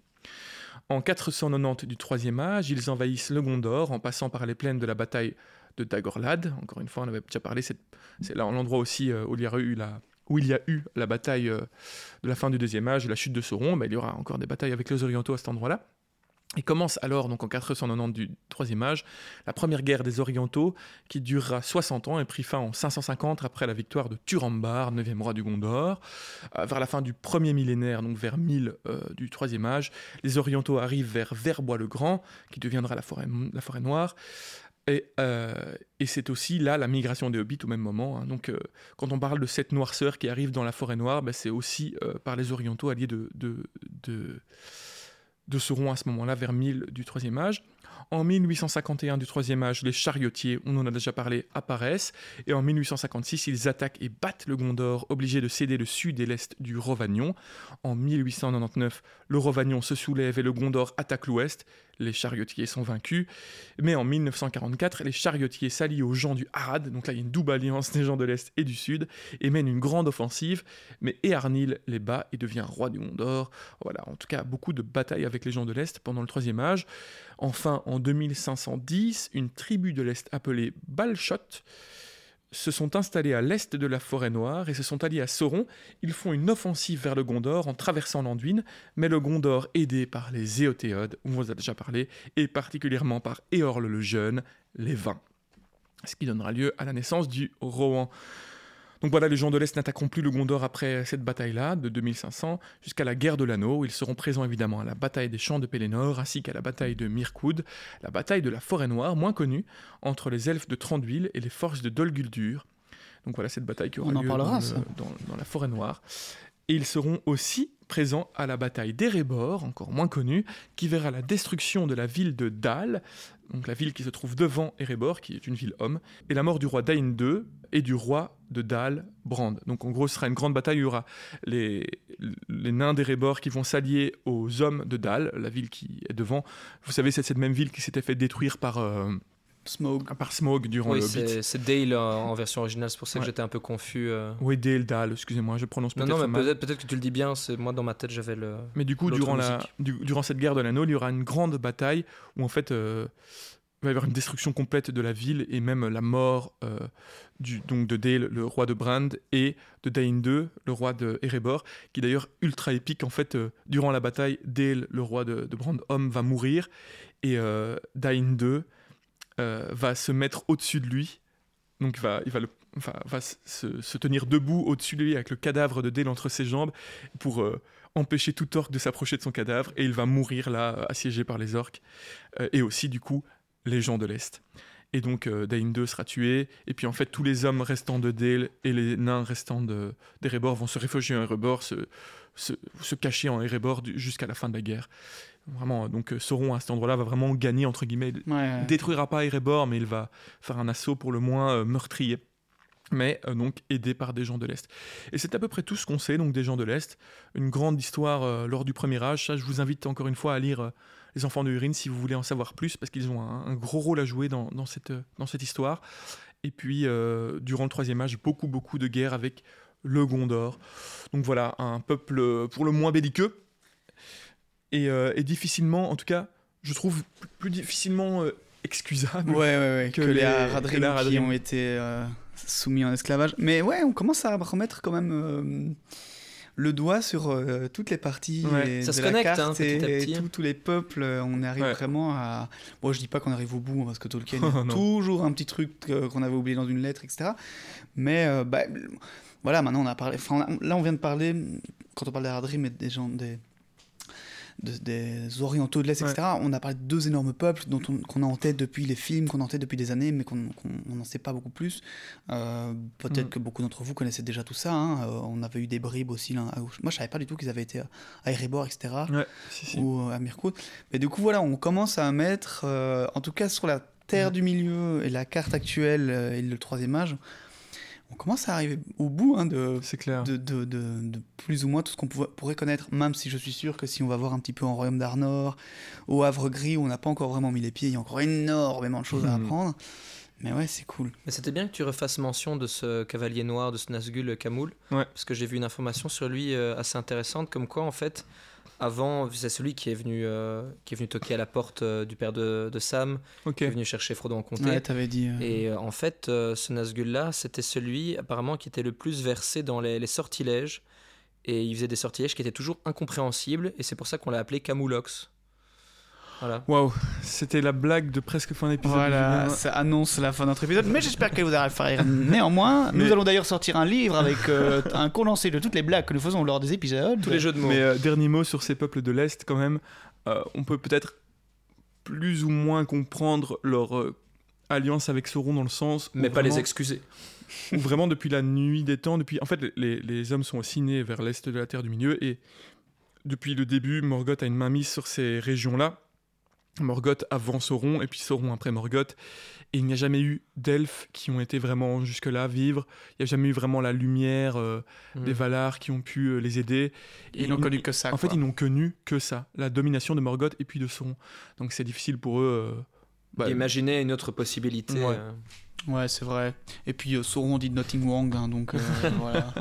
En quatre cent quatre-vingt-dix du Troisième Âge, ils envahissent le Gondor en passant par les plaines de la bataille de Dagorlad. Encore une fois, on avait déjà parlé, c'est, c'est là l'endroit aussi euh, où il y a eu la, où il y a eu la bataille euh, de la fin du Deuxième Âge, la chute de Sauron. Ben, il y aura encore des batailles avec les Orientaux à cet endroit-là. Et commence alors, donc en quatre cent quatre-vingt-dix du Troisième Âge, la première guerre des Orientaux qui durera soixante ans et prit fin en cinq cent cinquante après la victoire de Turambar, neuvième roi du Gondor. Euh, vers la fin du premier millénaire, donc vers mille euh, du Troisième Âge, les Orientaux arrivent vers Verbois-le-Grand, qui deviendra la forêt, la forêt noire. Et, euh, et c'est aussi là la migration des hobbits au même moment. hein. Donc, euh, quand on parle de cette noirceur qui arrive dans la forêt noire, ben, c'est aussi euh, par les Orientaux alliés de, de, de, de Sauron à ce moment-là, vers mille du Troisième Âge. En mille huit cent cinquante et un du Troisième Âge, les chariotiers, on en a déjà parlé, apparaissent. Et en mille huit cent cinquante-six, ils attaquent et battent le Gondor, obligés de céder le sud et l'est du Rhovanion. En mille huit cent quatre-vingt-dix-neuf, le Rhovanion se soulève et le Gondor attaque l'ouest. Les chariotiers sont vaincus. Mais en mille neuf cent quarante-quatre, les chariotiers s'allient aux gens du Harad. Donc là, il y a une double alliance des gens de l'est et du sud et mènent une grande offensive. Mais Eärnil les bat et devient roi du Gondor. Voilà, en tout cas, beaucoup de batailles avec les gens de l'est pendant le Troisième Âge. Enfin, en deux mille cinq cent dix, une tribu de l'Est appelée Balshot se sont installés à l'est de la Forêt Noire et se sont alliés à Sauron. Ils font une offensive vers le Gondor en traversant l'Anduin, mais le Gondor, aidé par les Éotéodes, on vous a déjà parlé, et particulièrement par Éorl le Jeune, les vainc. Ce qui donnera lieu à la naissance du Rohan. Donc voilà, les gens de l'Est n'attaqueront plus le Gondor après cette bataille-là, de deux mille cinq cents, jusqu'à la guerre de l'Anneau, où ils seront présents évidemment à la bataille des Champs de Pelennor, ainsi qu'à la bataille de Mirkwood, la bataille de la Forêt Noire, moins connue, entre les elfes de Thranduil et les forces de Dol Guldur. Donc voilà cette bataille qui aura On en lieu parlera, dans, ça. le- dans- dans la Forêt Noire. Et ils seront aussi présents à la bataille d'Erebor, encore moins connue, qui verra la destruction de la ville de Dal, donc la ville qui se trouve devant Erebor, qui est une ville homme, et la mort du roi Dain deux et du roi de Dal, Brand. Donc en gros, ce sera une grande bataille, il y aura les, les nains d'Erebor qui vont s'allier aux hommes de Dal, la ville qui est devant. Vous savez, c'est cette même ville qui s'était fait détruire par, euh, Smaug. par Smaug durant Oui, le Hobbit. c'est, c'est Dale en, en version originale, c'est pour ça que Ouais. j'étais un peu confus. euh. Oui, Dale, Dal, excusez-moi, je prononce Non, peut-être non, mais mal. peut-être, peut-être que tu le dis bien, c'est, moi dans ma tête j'avais le... Mais du coup, l'autre durant, la, musique. du- durant cette guerre de l'anneau, il y aura une grande bataille où en fait euh, il va y avoir une destruction complète de la ville et même la mort euh, du, donc de Dale, le roi de Brand, et de Dain deux, le roi de Erebor, qui est d'ailleurs ultra épique. En fait, euh, durant la bataille, Dale, le roi de, de Brand, homme, va mourir et euh, Dain deux euh, va se mettre au-dessus de lui. Donc il va, il va, le, enfin, va se, se tenir debout au-dessus de lui avec le cadavre de Dale entre ses jambes pour euh, empêcher tout orc de s'approcher de son cadavre, et il va mourir là, euh, assiégé par les orques, euh, et aussi du coup les gens de l'Est. Et donc euh, Dain deux sera tué, et puis en fait tous les hommes restants de Dale et les nains restants de, d'Erebor vont se réfugier en Erebor, se, se, se cacher en Erebor du- jusqu'à la fin de la guerre. Vraiment, donc euh, Sauron à cet endroit-là va vraiment gagner, entre guillemets. Il Ouais, ouais. détruira pas Erebor, mais il va faire un assaut pour le moins euh, meurtrier. Mais euh, donc aidé par des gens de l'Est. Et c'est à peu près tout ce qu'on sait donc des gens de l'Est. Une grande histoire euh, lors du Premier Âge. Ça, je vous invite encore une fois à lire euh, Les Enfants de Húrin si vous voulez en savoir plus, parce qu'ils ont un, un gros rôle à jouer dans, dans, cette, euh, dans cette histoire. Et puis, euh, durant le Troisième Âge, beaucoup, beaucoup de guerres avec le Gondor. Donc voilà, un peuple euh, pour le moins belliqueux. Et, euh, et difficilement, en tout cas, je trouve plus, plus difficilement euh, excusable. Ouais, ouais, ouais, que, que les les- Haradrim que les qui Haradrim. ont été euh, soumis en esclavage. Mais ouais, on commence à remettre quand même euh, le doigt sur euh, toutes les parties Ouais. et Ça de se la connecte, carte hein, petit à et, petit. tout- tous les peuples. euh, On arrive Ouais. vraiment à... Bon, je dis pas qu'on arrive au bout, parce que Tolkien Oh, a non. toujours un petit truc euh, qu'on avait oublié dans une lettre, et cetera. Mais euh, bah, voilà, maintenant on a parlé... Enfin, on a- là, on vient de parler, quand on parle des Haradrim et des gens... Des... de- des orientaux de l'Est, Ouais. et cetera. On a parlé de deux énormes peuples dont on- qu'on a en tête depuis les films, qu'on a en tête depuis des années, mais qu'on qu'on- on n'en sait pas beaucoup plus. Euh, Peut-être Mm. que beaucoup d'entre vous connaissaient déjà tout ça. Hein. Euh, on avait eu des bribes aussi. Là, à- moi, je savais pas du tout qu'ils avaient été à à Erebor, et cetera. Ouais, si, si. Ou à Mirkwood. Mais du coup, voilà, on commence à mettre, euh, en tout cas sur la Terre Mm. du Milieu et la carte actuelle euh, et le Troisième Âge, on commence à arriver au bout hein, de, C'est clair. de, de, de, de plus ou moins tout ce qu'on pouvo- pourrait connaître, même si je suis sûr que si on va voir un petit peu en Royaume d'Arnor, au Havre Gris, où on n'a pas encore vraiment mis les pieds, il y a encore énormément de choses à Mhm. apprendre. Mais ouais, c'est cool. Mais c'était bien que tu refasses mention de ce cavalier noir, de ce Nazgûl Camoul, Ouais. parce que j'ai vu une information sur lui euh, assez intéressante, comme quoi en fait, avant, c'est celui qui est venu, euh, qui est venu toquer à la porte euh, du père de, de Sam, Ok. qui est venu chercher Frodo en comté. Ouais, t'avais dit. euh, Et euh, en fait, euh, ce Nazgûl-là, c'était celui apparemment qui était le plus versé dans les, les sortilèges. Et il faisait des sortilèges qui étaient toujours incompréhensibles. Et c'est pour ça qu'on l'a appelé Camoulox. Voilà. Waouh, c'était la blague de presque fin d'épisode. Voilà, Julien. ça annonce la fin de notre épisode, mais j'espère qu'elle vous aura fait rire néanmoins. Mais- Nous allons d'ailleurs sortir un livre avec euh, un condensé de toutes les blagues que nous faisons lors des épisodes. Tous les jeux de mots. Mais euh, dernier mot sur ces peuples de l'Est, quand même. Euh, on peut peut-être plus ou moins comprendre leur euh, alliance avec Sauron dans le sens. où mais pas les vraiment- excuser. où vraiment depuis la nuit des temps, depuis en fait les, les hommes sont aussi nés vers l'est de la Terre du Milieu et depuis le début Morgoth a une mainmise sur ces régions-là Morgoth avant Sauron et puis Sauron après Morgoth. Et il n'y a jamais eu d'elfes qui ont été vraiment jusque-là vivre. Il n'y a jamais eu vraiment la lumière euh, Mm. des Valar qui ont pu euh, les aider. Ils n'ont connu que ça. En fait, quoi. ils n'ont connu que ça, la domination de Morgoth et puis de Sauron. Donc c'est difficile pour eux. euh, bah, Imaginez une autre possibilité. Ouais. euh. Ouais, c'est vrai. Et puis euh, Sauron dit Nothing Wrong, hein, donc euh, voilà.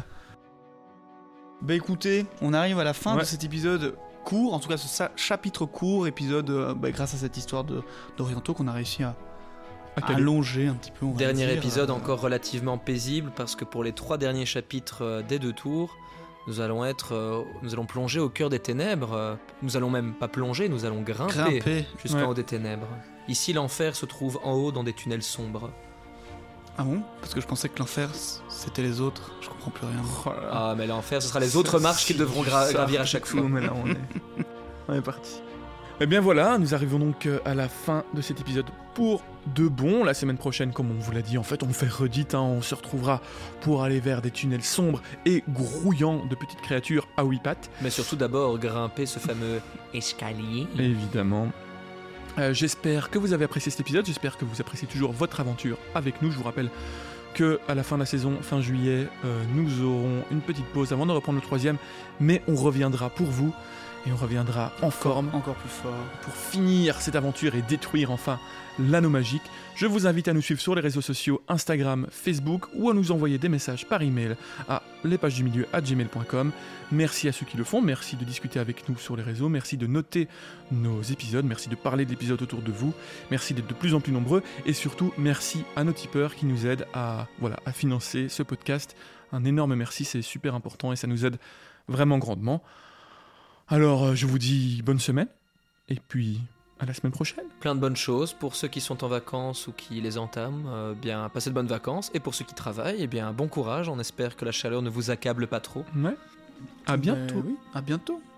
Bah écoutez, on arrive à la fin Ouais. de cet épisode court, en tout cas ce sa- chapitre court, épisode euh, bah, grâce à cette histoire de d'Oriento qu'on a réussi à, à à caler. allonger un petit peu. On va Dernier dire. épisode Euh, encore relativement paisible parce que pour les trois derniers chapitres euh, des deux tours, nous allons être, euh, nous allons plonger au cœur des ténèbres. euh, nous allons même pas plonger, nous allons grimper, Grimper. jusqu'en Ouais. haut des ténèbres. Ici, l'enfer se trouve en haut dans des tunnels sombres. Ah bon? Parce que je pensais que l'enfer c- c'était les autres. Je comprends plus rien. Oh là là. Ah, mais l'enfer, ce sera les autres marches qu'ils devront gra- Ça, gravir à chaque tout, fois. mais là, on est, on est parti. Eh bien voilà, nous arrivons donc euh, à la fin de cet épisode pour de bon. La semaine prochaine, comme on vous l'a dit, en fait, on fait redite, hein, on se retrouvera pour aller vers des tunnels sombres et grouillants de petites créatures à huit pattes. Mais surtout d'abord grimper ce fameux escalier. Évidemment. Euh, j'espère que vous avez apprécié cet épisode, j'espère que vous appréciez toujours votre aventure avec nous. Je vous rappelle que à la fin de la saison, fin juillet, euh, nous aurons une petite pause avant de reprendre le troisième, mais on reviendra pour vous et on reviendra en forme Encore plus fort. pour finir cette aventure et détruire enfin l'anneau magique. Je vous invite à nous suivre sur les réseaux sociaux Instagram, Facebook ou à nous envoyer des messages par email à lespagesdumilieu arobase gmail point com. Merci à ceux qui le font, merci de discuter avec nous sur les réseaux, merci de noter nos épisodes, merci de parler de l'épisode autour de vous, merci d'être de plus en plus nombreux et surtout merci à nos tipeurs qui nous aident à, voilà, à financer ce podcast. Un énorme merci, c'est super important et ça nous aide vraiment grandement. Alors euh, je vous dis bonne semaine et puis à la semaine prochaine. Plein de bonnes choses pour ceux qui sont en vacances ou qui les entament. euh, bien, passez de bonnes vacances. Et pour ceux qui travaillent, eh bien, bon courage. On espère que la chaleur ne vous accable pas trop. Ouais. À bientôt. Euh, oui, à bientôt.